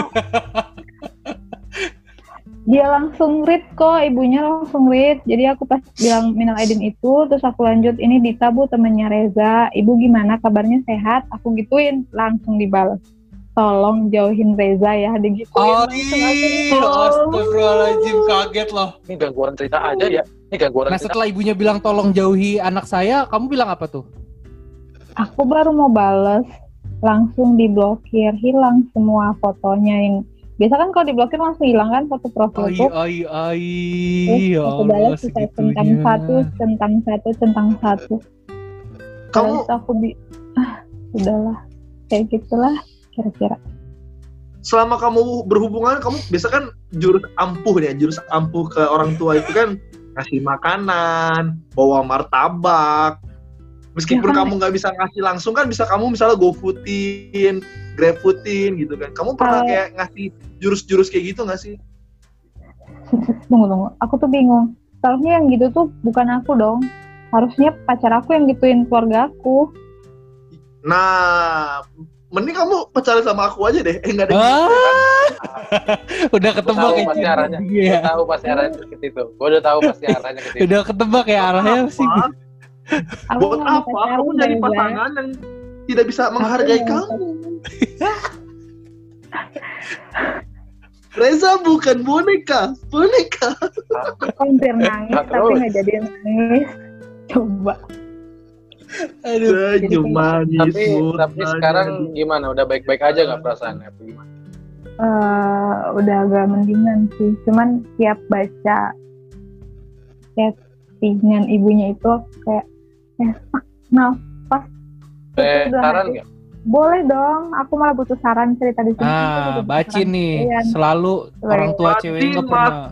Dia langsung read kok, ibunya langsung read. Jadi aku pas bilang minal aidin itu, terus aku lanjut, ini Dita Bu, temannya Reza. Ibu gimana kabarnya, sehat? Aku gituin, langsung dibalas. Tolong jauhin Reza ya, digituin. Astagfirullahaladzim, kaget loh. Ini gangguan cerita aja ya. Nah setelah ibunya bilang tolong jauhi anak saya, kamu bilang apa tuh? Aku baru mau bales, langsung diblokir, hilang semua fotonya yang biasa kan kalau diblokir langsung hilang kan foto profil tuh. Terus aku balas tentang satu. Kamu terus aku udahlah kayak gitulah kira-kira. Selama kamu berhubungan, kamu biasa kan jurus ampuh ke orang tua itu kan ngasih makanan, bawa martabak. Meskipun ya, kamu nggak bisa ngasih langsung kan bisa kamu misalnya GoFoodin, GrabFoodin gitu kan. Kamu pernah kayak ngasih jurus-jurus kayak gitu nggak sih? Tunggu. Aku tuh bingung. Seharusnya yang gitu tuh bukan aku dong. Harusnya pacar aku yang gituin keluarga aku. Nah, mending kamu pacaran sama aku aja deh. Nggak ada Udah ketebak ya pasti arahnya. Gue tahu pasti arahnya ke situ. Gue udah tahu pasti arahnya ke situ. Udah ketebak ya arahnya sih. Buat apa? Aku nyari pasangan yang tidak bisa menghargai kamu. Reza bukan boneka. Aku hampir nangis tapi nggak jadi nangis. Coba. Aduh. Senyum manis. Tapi sekarang gimana? Udah baik-baik aja nggak perasaannya? Apa gimana? Udah agak mendingan sih. Cuman tiap baca chattingan ibunya itu kayak nafas. Saran nggak? Boleh dong. Aku malah butuh saran cerita di sini. Bacin nih. Selalu orang tua cewek nggak pernah.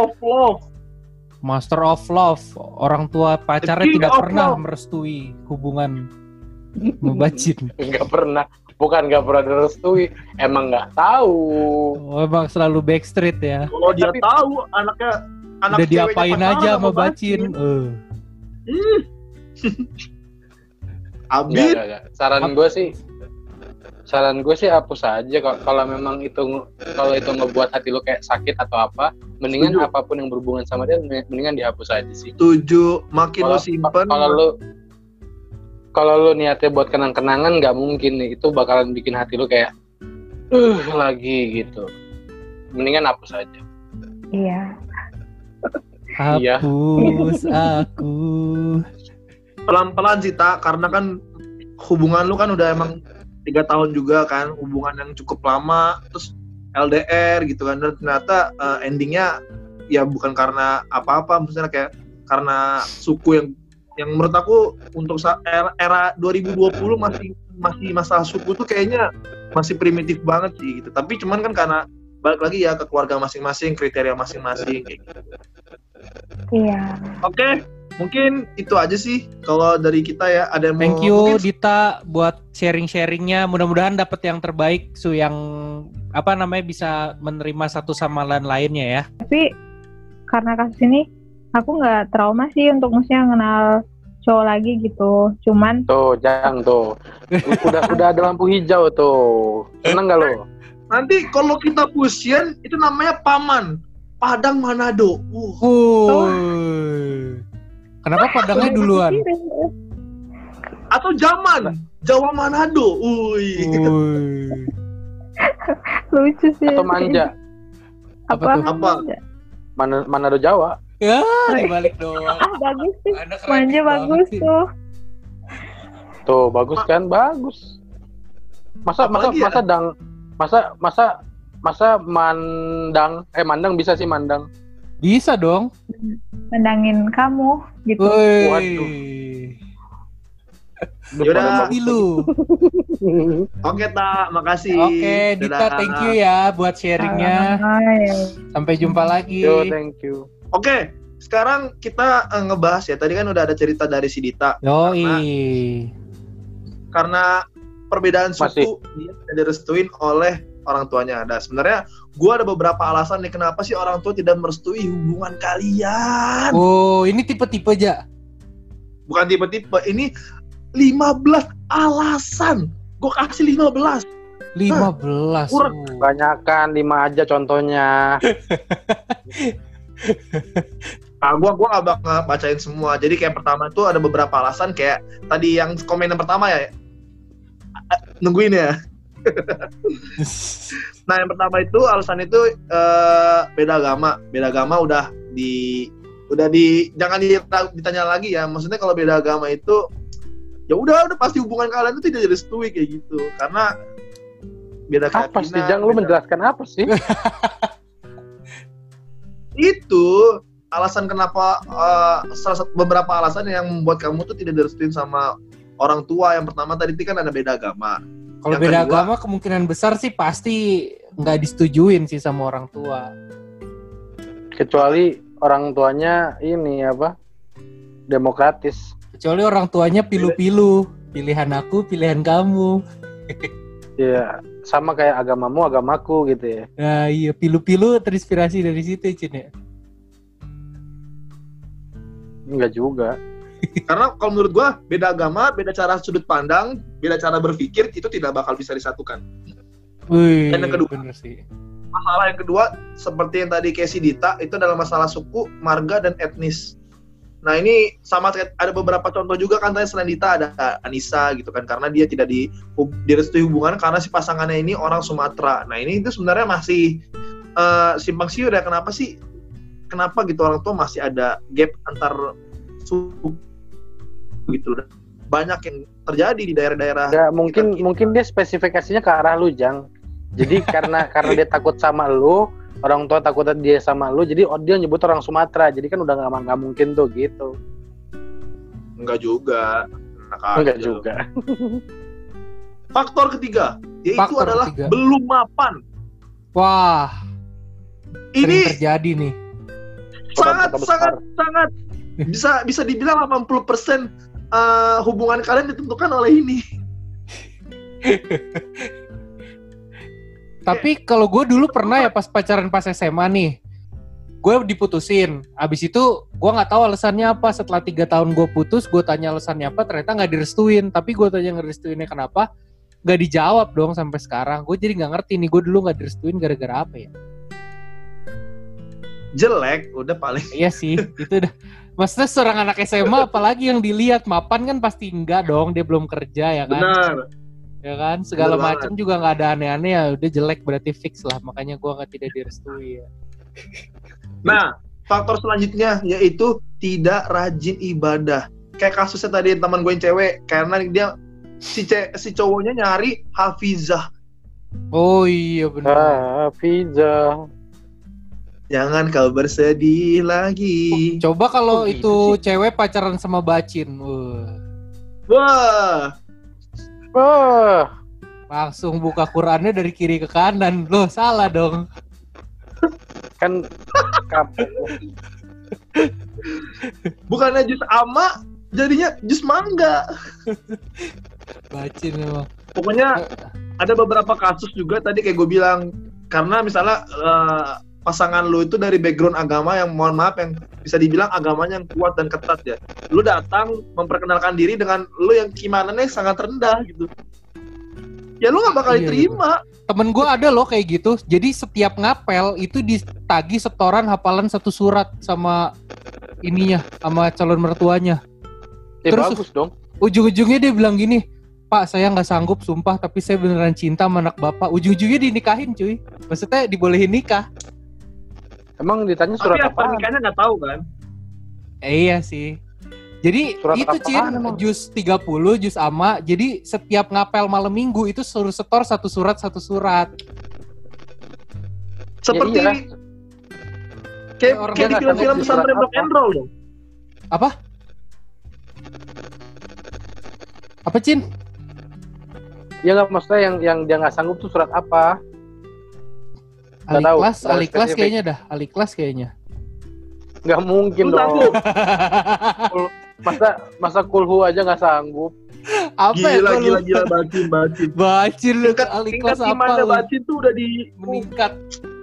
Master of Love. Orang tua pacarnya tidak pernah merestui hubungan membacin. Nggak pernah. Bukan nggak pernah direstui. Emang nggak tahu. Emang selalu backstreet ya. Kalau dia tahu anak udah diapain aja sama bacin. Abid. Saran gue sih hapus aja kalau memang itu ngebuat hati lo kayak sakit atau apa, mendingan apapun yang berhubungan sama dia mendingan dihapus aja sih. Setuju. Makin lo simpen. Kalau lo niatnya buat kenang-kenangan nggak mungkin nih, itu bakalan bikin hati lo kayak lagi gitu. Mendingan hapus aja. Iya. Hapus aku. Pelan-pelan sih Tak, karena kan hubungan lu kan udah emang 3 tahun juga kan, hubungan yang cukup lama, terus LDR gitu kan, dan ternyata endingnya ya bukan karena apa-apa, maksudnya kayak karena suku yang menurut aku untuk era 2020 masih masalah suku tuh kayaknya masih primitif banget sih gitu. Tapi cuman kan karena balik lagi ya ke keluarga masing-masing, kriteria masing-masing kayak gitu. Iya. Oke. Mungkin itu aja sih kalau dari kita ya. Ada yang Thank you Dita buat sharing-sharingnya. Mudah-mudahan dapat yang terbaik yang bisa menerima satu sama lainnya ya. Tapi karena kasus ini aku nggak trauma sih untuk maksudnya kenal cowok lagi gitu. Cuman Tuh, jangan tuh. Udah ada lampu hijau tuh. Seneng gak lo? Nanti kalau kita fusion itu namanya Paman. Padang Manado. Kenapa Padangnya duluan? Atau Jaman. Jawa Manado. lucu sih. Atau Manja. Apa tuh? Apa? Manado Jawa. Ya, dibalik doang. Bagus sih. Anak Manja kreatif bagus banget sih. tuh. Tuh, bagus kan? Bagus. Masa Apalagi ya? Mandang bisa sih mandang. Bisa dong. Mendangin kamu gitu. Woi. Waduh. Yaudah. Lu. Oke, Tak. Makasih. Oke, Dita, Dadah. thank you ya buat sharingnya. Sampai jumpa lagi. Yo, thank you. Oke, sekarang kita ngebahas ya. Tadi kan udah ada cerita dari si Dita. Yoi. Karena perbedaan Masih. suku dia tidak direstuin oleh orang tuanya. Nah, sebenarnya gue ada beberapa alasan nih kenapa sih orang tua tidak merestui hubungan kalian. Oh, ini tipe-tipe aja. Bukan tipe-tipe, ini 15 alasan. Gue kasih 15. 15. kurang. Banyakan 5 aja contohnya. Nah, gue gak bakal bacain semua. Jadi kayak pertama tuh ada beberapa alasan kayak tadi yang komen yang pertama ya. Nungguin ya. Nah, yang pertama itu alasan itu beda agama. Beda agama udah jangan ditanya lagi ya. Maksudnya kalau beda agama itu ya udah pasti hubungan kalian itu tidak direstui kayak gitu. Karena beda keyakinan. Apa sih, Jang? Lu menjelaskan apa sih? Itu alasan kenapa beberapa alasan yang membuat kamu tuh tidak direstuin sama orang tua. Yang pertama tadi itu kan ada beda agama. Kalau Yang beda kedua- agama kemungkinan besar sih pasti nggak disetujuin sih sama orang tua. Kecuali orang tuanya ini apa? Demokratis. Kecuali orang tuanya pilu-pilu. Pilihan aku, pilihan kamu. Ya, sama kayak agamamu, agamaku gitu ya. Nah iya, pilu-pilu terinspirasi dari situ, Cin ya. Enggak juga. Karena kalau menurut gua beda agama, beda cara sudut pandang, beda cara berpikir itu tidak bakal bisa disatukan. Wih, Dan yang kedua- bener sih. Masalah yang kedua seperti yang tadi Casey Dita itu adalah masalah suku, marga dan etnis. Nah ini sama ada beberapa contoh juga kan tadi selain Dita ada Anissa gitu kan karena dia tidak direstui hubungan karena si pasangannya ini orang Sumatera. Nah ini itu sebenarnya masih simpang siur ya. Kenapa gitu orang tua masih ada gap antar suku gitu. Banyak yang terjadi di daerah-daerah. Enggak, mungkin dia spesifikasinya ke arah lu, Jang. Jadi karena dia takut sama lu, orang tua takut dia sama lu, jadi dia nyebut orang Sumatera. Jadi kan udah nggak mungkin tuh gitu. Enggak juga. Enggak juga. Faktor ketiga yaitu Faktor adalah ketiga. belum mapan. Wah, sering Ini terjadi nih. sangat bisa dibilang 80% hubungan kalian ditentukan oleh ini. Tapi kalau gue dulu pernah ya pas pacaran pas SMA nih, gue diputusin. Abis itu gue nggak tahu alasannya apa. Setelah 3 tahun gue putus, gue tanya alasannya apa, ternyata nggak direstuin. Tapi gue tanya ngerestuinnya kenapa, nggak dijawab dong sampai sekarang. Gue jadi nggak ngerti nih, gue dulu nggak direstuin gara-gara apa ya? Jelek, udah paling. Iya sih, itu udah. Maksudnya seorang anak SMA apalagi yang dilihat, mapan kan pasti enggak dong, dia belum kerja ya kan? Benar. Ya kan, segala Bener macam juga nggak ada aneh-aneh ya, udah jelek berarti fix lah, makanya gue nggak tidak direstui ya. Nah, faktor selanjutnya yaitu tidak rajin ibadah. Kayak kasusnya tadi teman gue yang cewek, karena dia si cowoknya nyari hafizah. Oh iya benar. Pizza. Jangan kau bersedih lagi. Coba kalau Oh, itu gitu cewek pacaran sama bacin, Wah, langsung buka Qurannya dari kiri ke kanan, loh salah dong. Kan kapok. bukannya jus ama, jadinya jus mangga. Bacin memang. Pokoknya ada beberapa kasus juga tadi kayak gue bilang, karena misalnya pasangan lu itu dari background agama yang mohon maaf yang bisa dibilang agamanya yang kuat dan ketat ya. Lu datang memperkenalkan diri dengan lu yang gimana sangat rendah gitu. Ya lu gak bakal diterima. Temen gue ada loh kayak gitu. Jadi setiap ngapel itu ditagi setoran hafalan 1 surat sama ininya, sama calon mertuanya. Terus bagus dong. Ujung-ujungnya dia bilang gini, Pak saya gak sanggup sumpah tapi saya beneran cinta sama anak bapak. Ujung-ujungnya dinikahin cuy. Maksudnya dibolehin nikah. Emang ditanya surat tapi apa? Tapi nikahnya gak tahu kan? Iya sih. Jadi surat itu Cin, juz 30, juz amma. Jadi setiap ngapel malam minggu itu suruh setor 1 surat. Seperti ya, kayak di film-film pesantren rock and roll dong. Apa Cin? Ya nggak, maksudnya yang dia nggak sanggup tuh surat apa? Aliklas kayaknya dah. Aliklas kayaknya. Nggak mungkin dong. Masa kulhu aja nggak sanggup. Apa gila bacin lu aliklas apa lu? Bacin tuh udah di meningkat.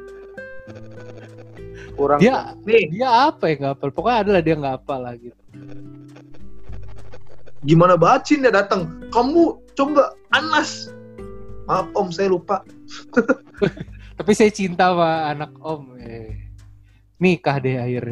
Kurang. Dia apa ya nggak hafal? Pokoknya adalah dia nggak hafal lah gitu. Gimana bacin dia datang? Kamu coba Anas. Maaf Om, saya lupa. Tapi saya cinta sama anak Om. Nikah deh akhirnya.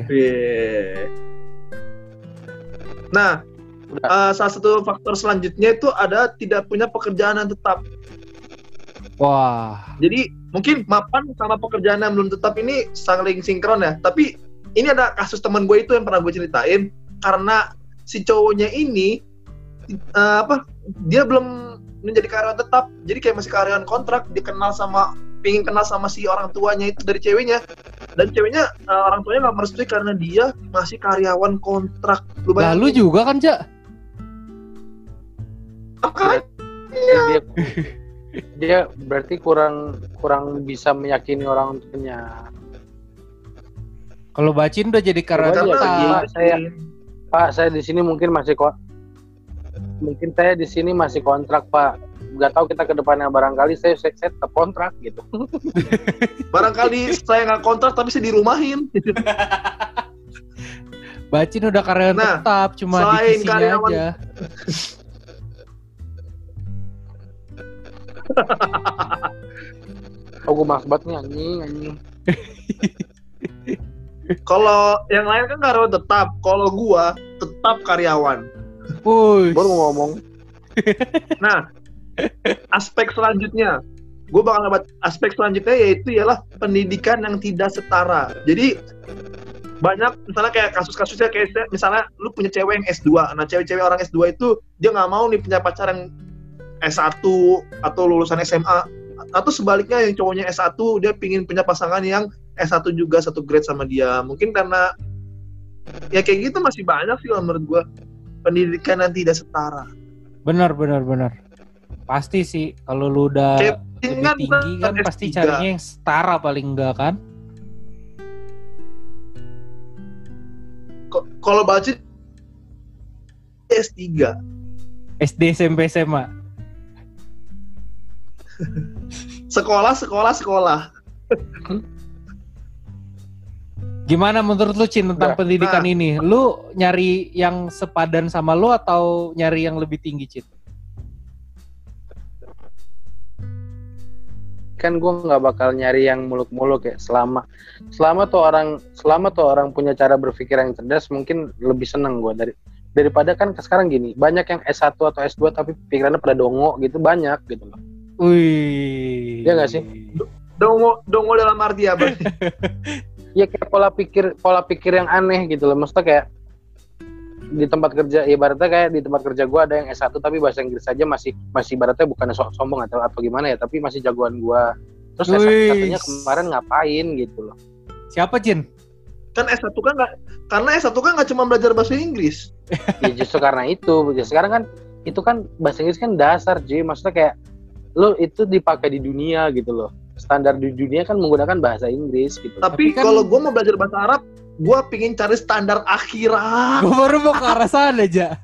Nah, salah satu faktor selanjutnya itu ada tidak punya pekerjaan yang tetap. Wah. Jadi mungkin mapan sama pekerjaan yang belum tetap ini saling sinkron ya. Tapi ini ada kasus teman gue itu yang pernah gue ceritain, karena si cowoknya ini dia belum menjadi karyawan tetap, jadi kayak masih karyawan kontrak. Dia pingin kenal sama si orang tuanya itu dari ceweknya, dan ceweknya orang tuanya nggak merestui karena dia masih karyawan kontrak. Lalu juga kan Cak? Dia berarti kurang bisa meyakini orang tuanya. Kalau bacin udah jadi karyawan. Pak, saya di sini mungkin saya di sini masih kontrak Pak. Gak tahu kita ke depannya, barangkali saya tetap kontrak gitu. Barangkali saya nggak kontrak tapi saya dirumahin. Bacin udah karyawan tetap, cuma divisinya aja. Gue malas banget nih anjing. Kalau yang lain kan karyawan tetap, kalau gua tetap karyawan. Baru ngomong. Nah, aspek selanjutnya, gue bakal ngebahas aspek selanjutnya yaitu ialah pendidikan yang tidak setara. Jadi banyak misalnya kayak kasus-kasusnya kayak misalnya lu punya cewek yang S2. Nah, cewek-cewek orang S2 itu dia nggak mau nih punya pacar yang S1 atau lulusan SMA, atau sebaliknya yang cowoknya S1 dia pingin punya pasangan yang S1 juga satu grade sama dia. Mungkin karena ya kayak gitu masih banyak sih menurut gue pendidikan yang tidak setara. Benar. Pasti sih kalau lu udah lebih tinggi kan pasti carinya yang setara paling enggak kan? Kalau bacit S3. SD, SMP, SMA. Sekolah. Gimana menurut lu Cin tentang pendidikan ini? Lu nyari yang sepadan sama lu atau nyari yang lebih tinggi Cin? Kan gue nggak bakal nyari yang muluk-muluk ya. Selama tuh orang punya cara berpikir yang cerdas, mungkin lebih seneng gue daripada kan sekarang gini, banyak yang S1 atau S2 tapi pikirannya pada dongo gitu, banyak gitu loh. Wih. Iya nggak sih? Dongo dalam arti apa? Ya kayak pola pikir yang aneh gitu loh. Maksudnya kayak di tempat kerja, ibaratnya kayak di tempat kerja gue ada yang S1 tapi bahasa Inggris aja masih ibaratnya bukan sombong atau gimana ya, tapi masih jagoan gue. Terus S1-nya kemarin ngapain gitu loh. Siapa Cin? Kan S1 kan karena S1 kan nggak cuma belajar bahasa Inggris. Ya justru karena itu. Ya sekarang kan itu kan bahasa Inggris kan dasar Ji. Maksudnya kayak lo itu dipakai di dunia gitu loh. Standar di dunia kan menggunakan bahasa Inggris gitu. Tapi kan, kalau gue mau belajar bahasa Arab, gue pingin cari standar akhirat. Gue baru mau ke arah sana aja.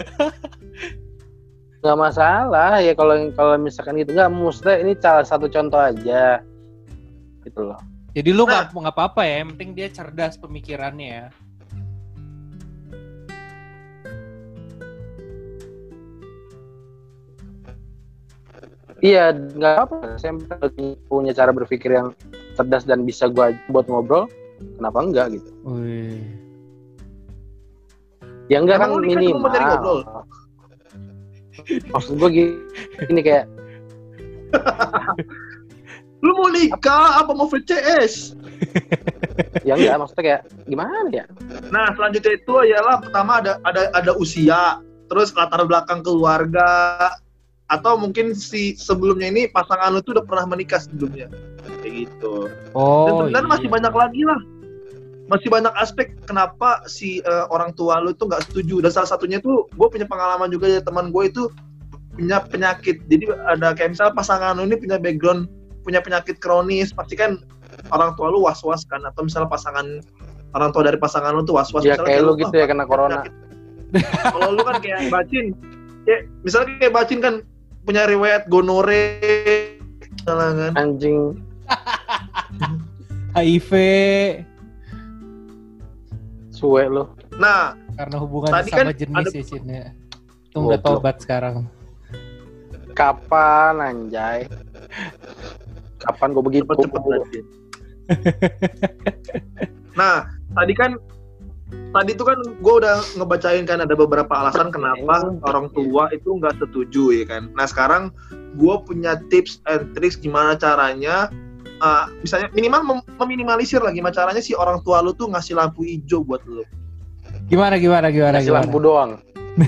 Gak masalah ya kalau misalkan gitu, nggak, maksudnya ini salah satu contoh aja gitu loh. Jadi lu nggak apa-apa ya, yang penting dia cerdas pemikirannya ya. Iya, nggak apa. Saya punya cara berpikir yang cerdas dan bisa gue buat ngobrol. Kenapa enggak gitu? Wih. Ya enggak Emang kan lu minimal. mencari ngobrol? Maksud gue gini kayak Lu mau nikah apa mau VCS? ya enggak, maksudnya kayak gimana ya? Nah, selanjutnya itu ialah pertama ada usia, terus latar belakang keluarga, atau mungkin si sebelumnya ini pasangan lu tuh udah pernah menikah sebelumnya. Kayak gitu. Dan sebenarnya masih banyak lagi lah. Masih banyak aspek kenapa si orang tua lu tuh nggak setuju. Dan salah satunya tuh gue punya pengalaman juga ya, teman gue itu punya penyakit. Jadi ada kayak misalnya pasangan lu ini punya background, punya penyakit kronis, pasti kan orang tua lu was-was kan, atau misalnya orang tua dari pasangan lu tuh was-was. Ya kayak lu gitu ya kena corona. Kalau lu kan kayak Bacin, ya misalnya kayak Bacin kan punya riwayat gonore, kan? Anjing. HIV. Suwe lu. Nah, Karena hubungan tadi sama kan jenis ya Cin ya. Itu udah tobat sekarang. Kapan anjay? Kapan gue begitu? Cepet-cepet. Nah, tadi tuh kan gue udah ngebacain kan ada beberapa alasan kenapa orang tua itu nggak setuju ya kan. Nah sekarang gue punya tips and tricks gimana caranya, misalnya minimal meminimalisir lah gimana caranya si orang tua lu tuh ngasih lampu hijau buat lu. Gimana? Ngasih lampu doang.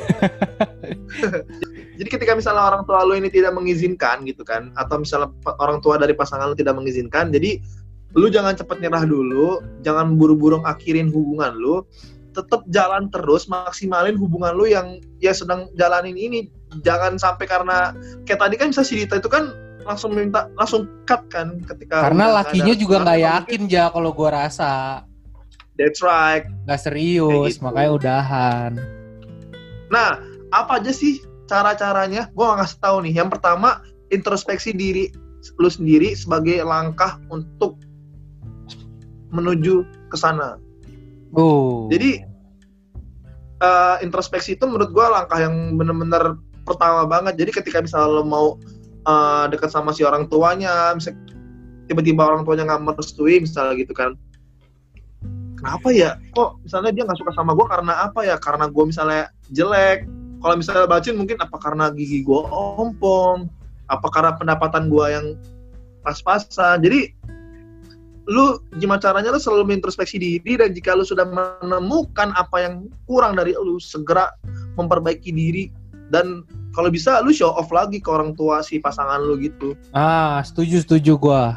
Jadi ketika misalnya orang tua lu ini tidak mengizinkan gitu kan, atau misalnya orang tua dari pasangan lu tidak mengizinkan, jadi lu jangan cepet nyerah dulu, jangan buru-buru akhirin hubungan lu, tetap jalan terus, maksimalin hubungan lu yang ya sedang jalanin ini. Jangan sampai karena kayak tadi kan misalnya si Dita itu kan langsung cut kan ketika karena lakinya juga nggak yakin ja kalau gua rasa. That's right. Nggak serius, gitu. makanya udahan. Nah, apa aja sih cara-caranya? Gua nggak ngasih tahu nih. Yang pertama, introspeksi diri lu sendiri sebagai langkah untuk menuju ke sana. Jadi introspeksi itu menurut gue langkah yang benar-benar pertama banget. Jadi ketika misalnya lo mau dekat sama si orang tuanya, misalnya tiba-tiba orang tuanya nggak merestui misalnya gitu kan, kenapa ya? Kok misalnya dia nggak suka sama gue karena apa ya? Karena gue misalnya jelek. Kalau misalnya Bacin mungkin apa karena gigi gue ompong, apa karena pendapatan gue yang pas-pasan. Jadi lu gimana caranya lu selalu mengintrospeksi diri, dan jika lu sudah menemukan apa yang kurang dari lu, segera memperbaiki diri, dan kalau bisa lu show off lagi ke orang tua si pasangan lu gitu. Setuju gua.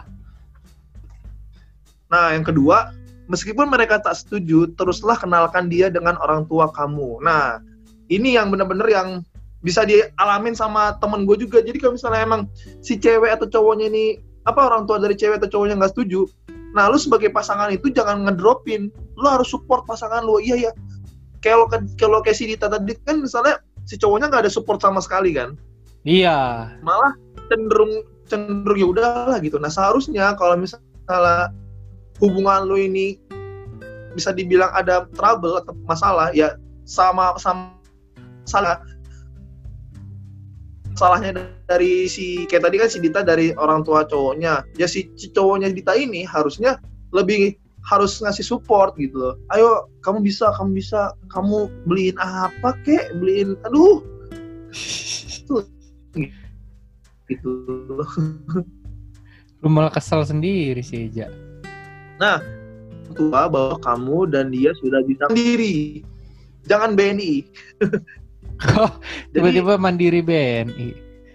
Nah, yang kedua, meskipun mereka tak setuju, teruslah kenalkan dia dengan orang tua kamu. Nah, ini yang benar-benar yang bisa dialamin sama temen gue juga. Jadi kalau misalnya emang si cewek atau cowoknya ini, orang tua dari cewek atau cowoknya nggak setuju, nah lu sebagai pasangan itu jangan ngedropin, lu harus support pasangan lu. Iya ya, kalau kayak si Dita tadi kan misalnya si cowoknya nggak ada support sama sekali kan. Iya. Malah cenderung ya udahlah gitu. Nah seharusnya kalau misalnya hubungan lu ini bisa dibilang ada trouble atau masalah, ya sama salahnya dari si kayak tadi kan si Dita dari orang tua cowoknya. Ya si cowoknya Dita ini harusnya lebih harus ngasih support gitu loh. Ayo kamu bisa, kamu beliin apa kek, beliin gitu. Lu malah kesel sendiri sih, Ja. Nah, tua bahwa kamu dan dia sudah bisa sendiri. Jangan BNI. Tiba-tiba mandiri BNI.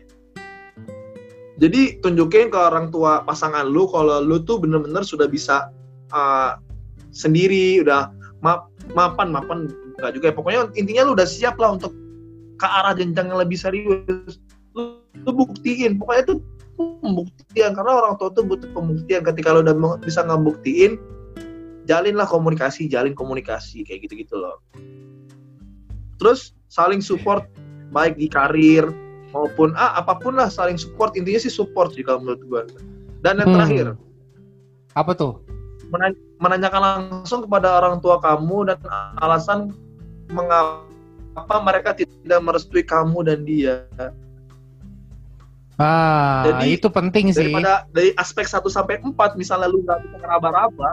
Jadi tunjukin ke orang tua pasangan lu kalau lu tuh bener-bener sudah bisa sendiri, udah mapan enggak juga ya. Pokoknya intinya lu udah siap lah untuk ke arah jenjang yang lebih serius. Lu buktiin, pokoknya itu pembuktian, karena orang tua tuh butuh pembuktian. Ketika lu udah bisa ngebuktiin, jalin komunikasi kayak gitu-gitu loh. Terus saling support baik di karir maupun apapun lah, saling support. Intinya sih support sih kalau menurut gue. Dan yang terakhir, apa tuh? menanyakan langsung kepada orang tua kamu dan alasan mengapa mereka tidak merestui kamu dan dia. Jadi, itu penting sih. Dari aspek 1-4, misalnya lu nggak bisa ngeraba-raba,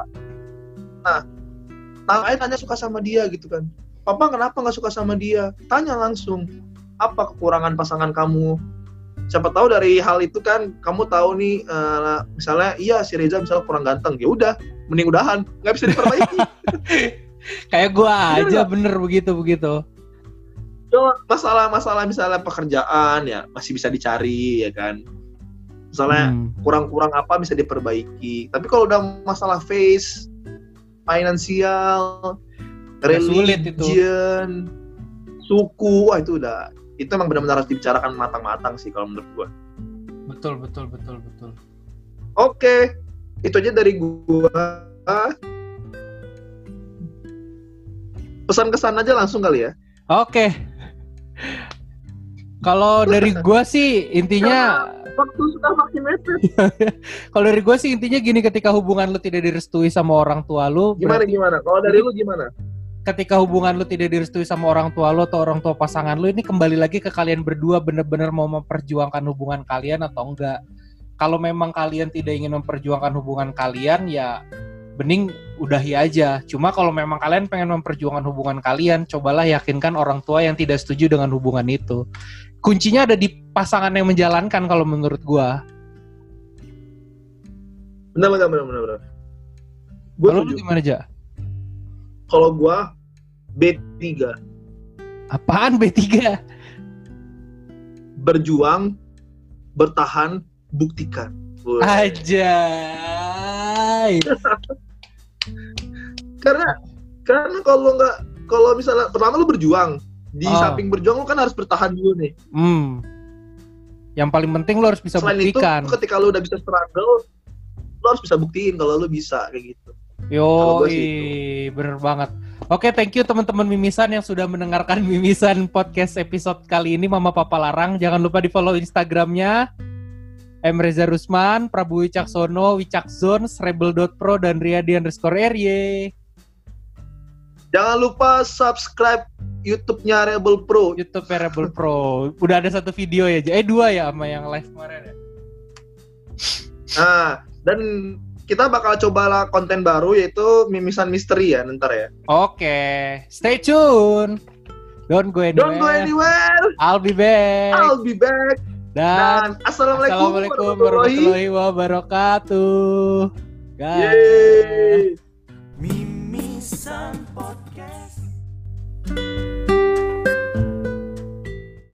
tanya suka sama dia gitu kan. Papa kenapa nggak suka sama dia? Tanya langsung, apa kekurangan pasangan kamu? Siapa tahu dari hal itu kan kamu tahu nih, misalnya iya si Reza misalnya kurang ganteng, ya udah, mending udahan, nggak bisa diperbaiki. Kayak gua aja bener begitu. Masalah misalnya pekerjaan ya masih bisa dicari ya kan. Misalnya kurang apa bisa diperbaiki. Tapi kalau udah masalah face, finansial, religion, suku, wah itu emang benar-benar harus dibicarakan matang-matang sih kalau menurut gua. Betul. Oke, itu aja dari gua. Pesan-kesan aja langsung kali ya. Oke. Kalau dari gua sih intinya waktu sudah makin mepet. Kalau dari gua sih intinya gini, ketika hubungan lu tidak direstui sama orang tua lu, gimana? Kalau dari lu gimana? Ketika hubungan lu tidak direstui sama orang tua lu atau orang tua pasangan lu, ini kembali lagi ke kalian berdua benar-benar mau memperjuangkan hubungan kalian atau enggak. Kalau memang kalian tidak ingin memperjuangkan hubungan kalian, ya bening udahi aja. Cuma kalau memang kalian pengen memperjuangkan hubungan kalian, cobalah yakinkan orang tua yang tidak setuju dengan hubungan itu. Kuncinya ada di pasangan yang menjalankan kalau menurut gua. Benar. Kalau lu gimana, Ja? Kalau gua B3. Apaan B3? Berjuang, bertahan, buktikan. Ajay. Karena kalau misalnya pertama lu berjuang, di samping berjuang lu kan harus bertahan dulu nih. Yang paling penting lu harus bisa selain buktikan. Itu ketika lu udah bisa struggle, lu harus bisa buktiin kalau lu bisa kayak gitu. Yoi, bener banget. Oke, thank you teman-teman Mimisan yang sudah mendengarkan Mimisan podcast episode kali ini Mama Papa Larang. Jangan lupa di follow Instagramnya Reza Rusman, Prabu Wicaksono, Wicakzone, Rebel.pro, dan Riyadi_RY. Jangan lupa subscribe YouTube-nya Rebel Pro. YouTube-nya Rebel Pro. Udah ada 1 video ya, 2 ya sama yang live kemarin ya. Nah, dan kita bakal coba konten baru yaitu Mimisan Misteri ya, ntar ya. Oke, stay tune. Don't go anywhere. I'll be back. Dan Assalamualaikum warahmatullahi wabarakatuh. Guys. Mimisan Podcast.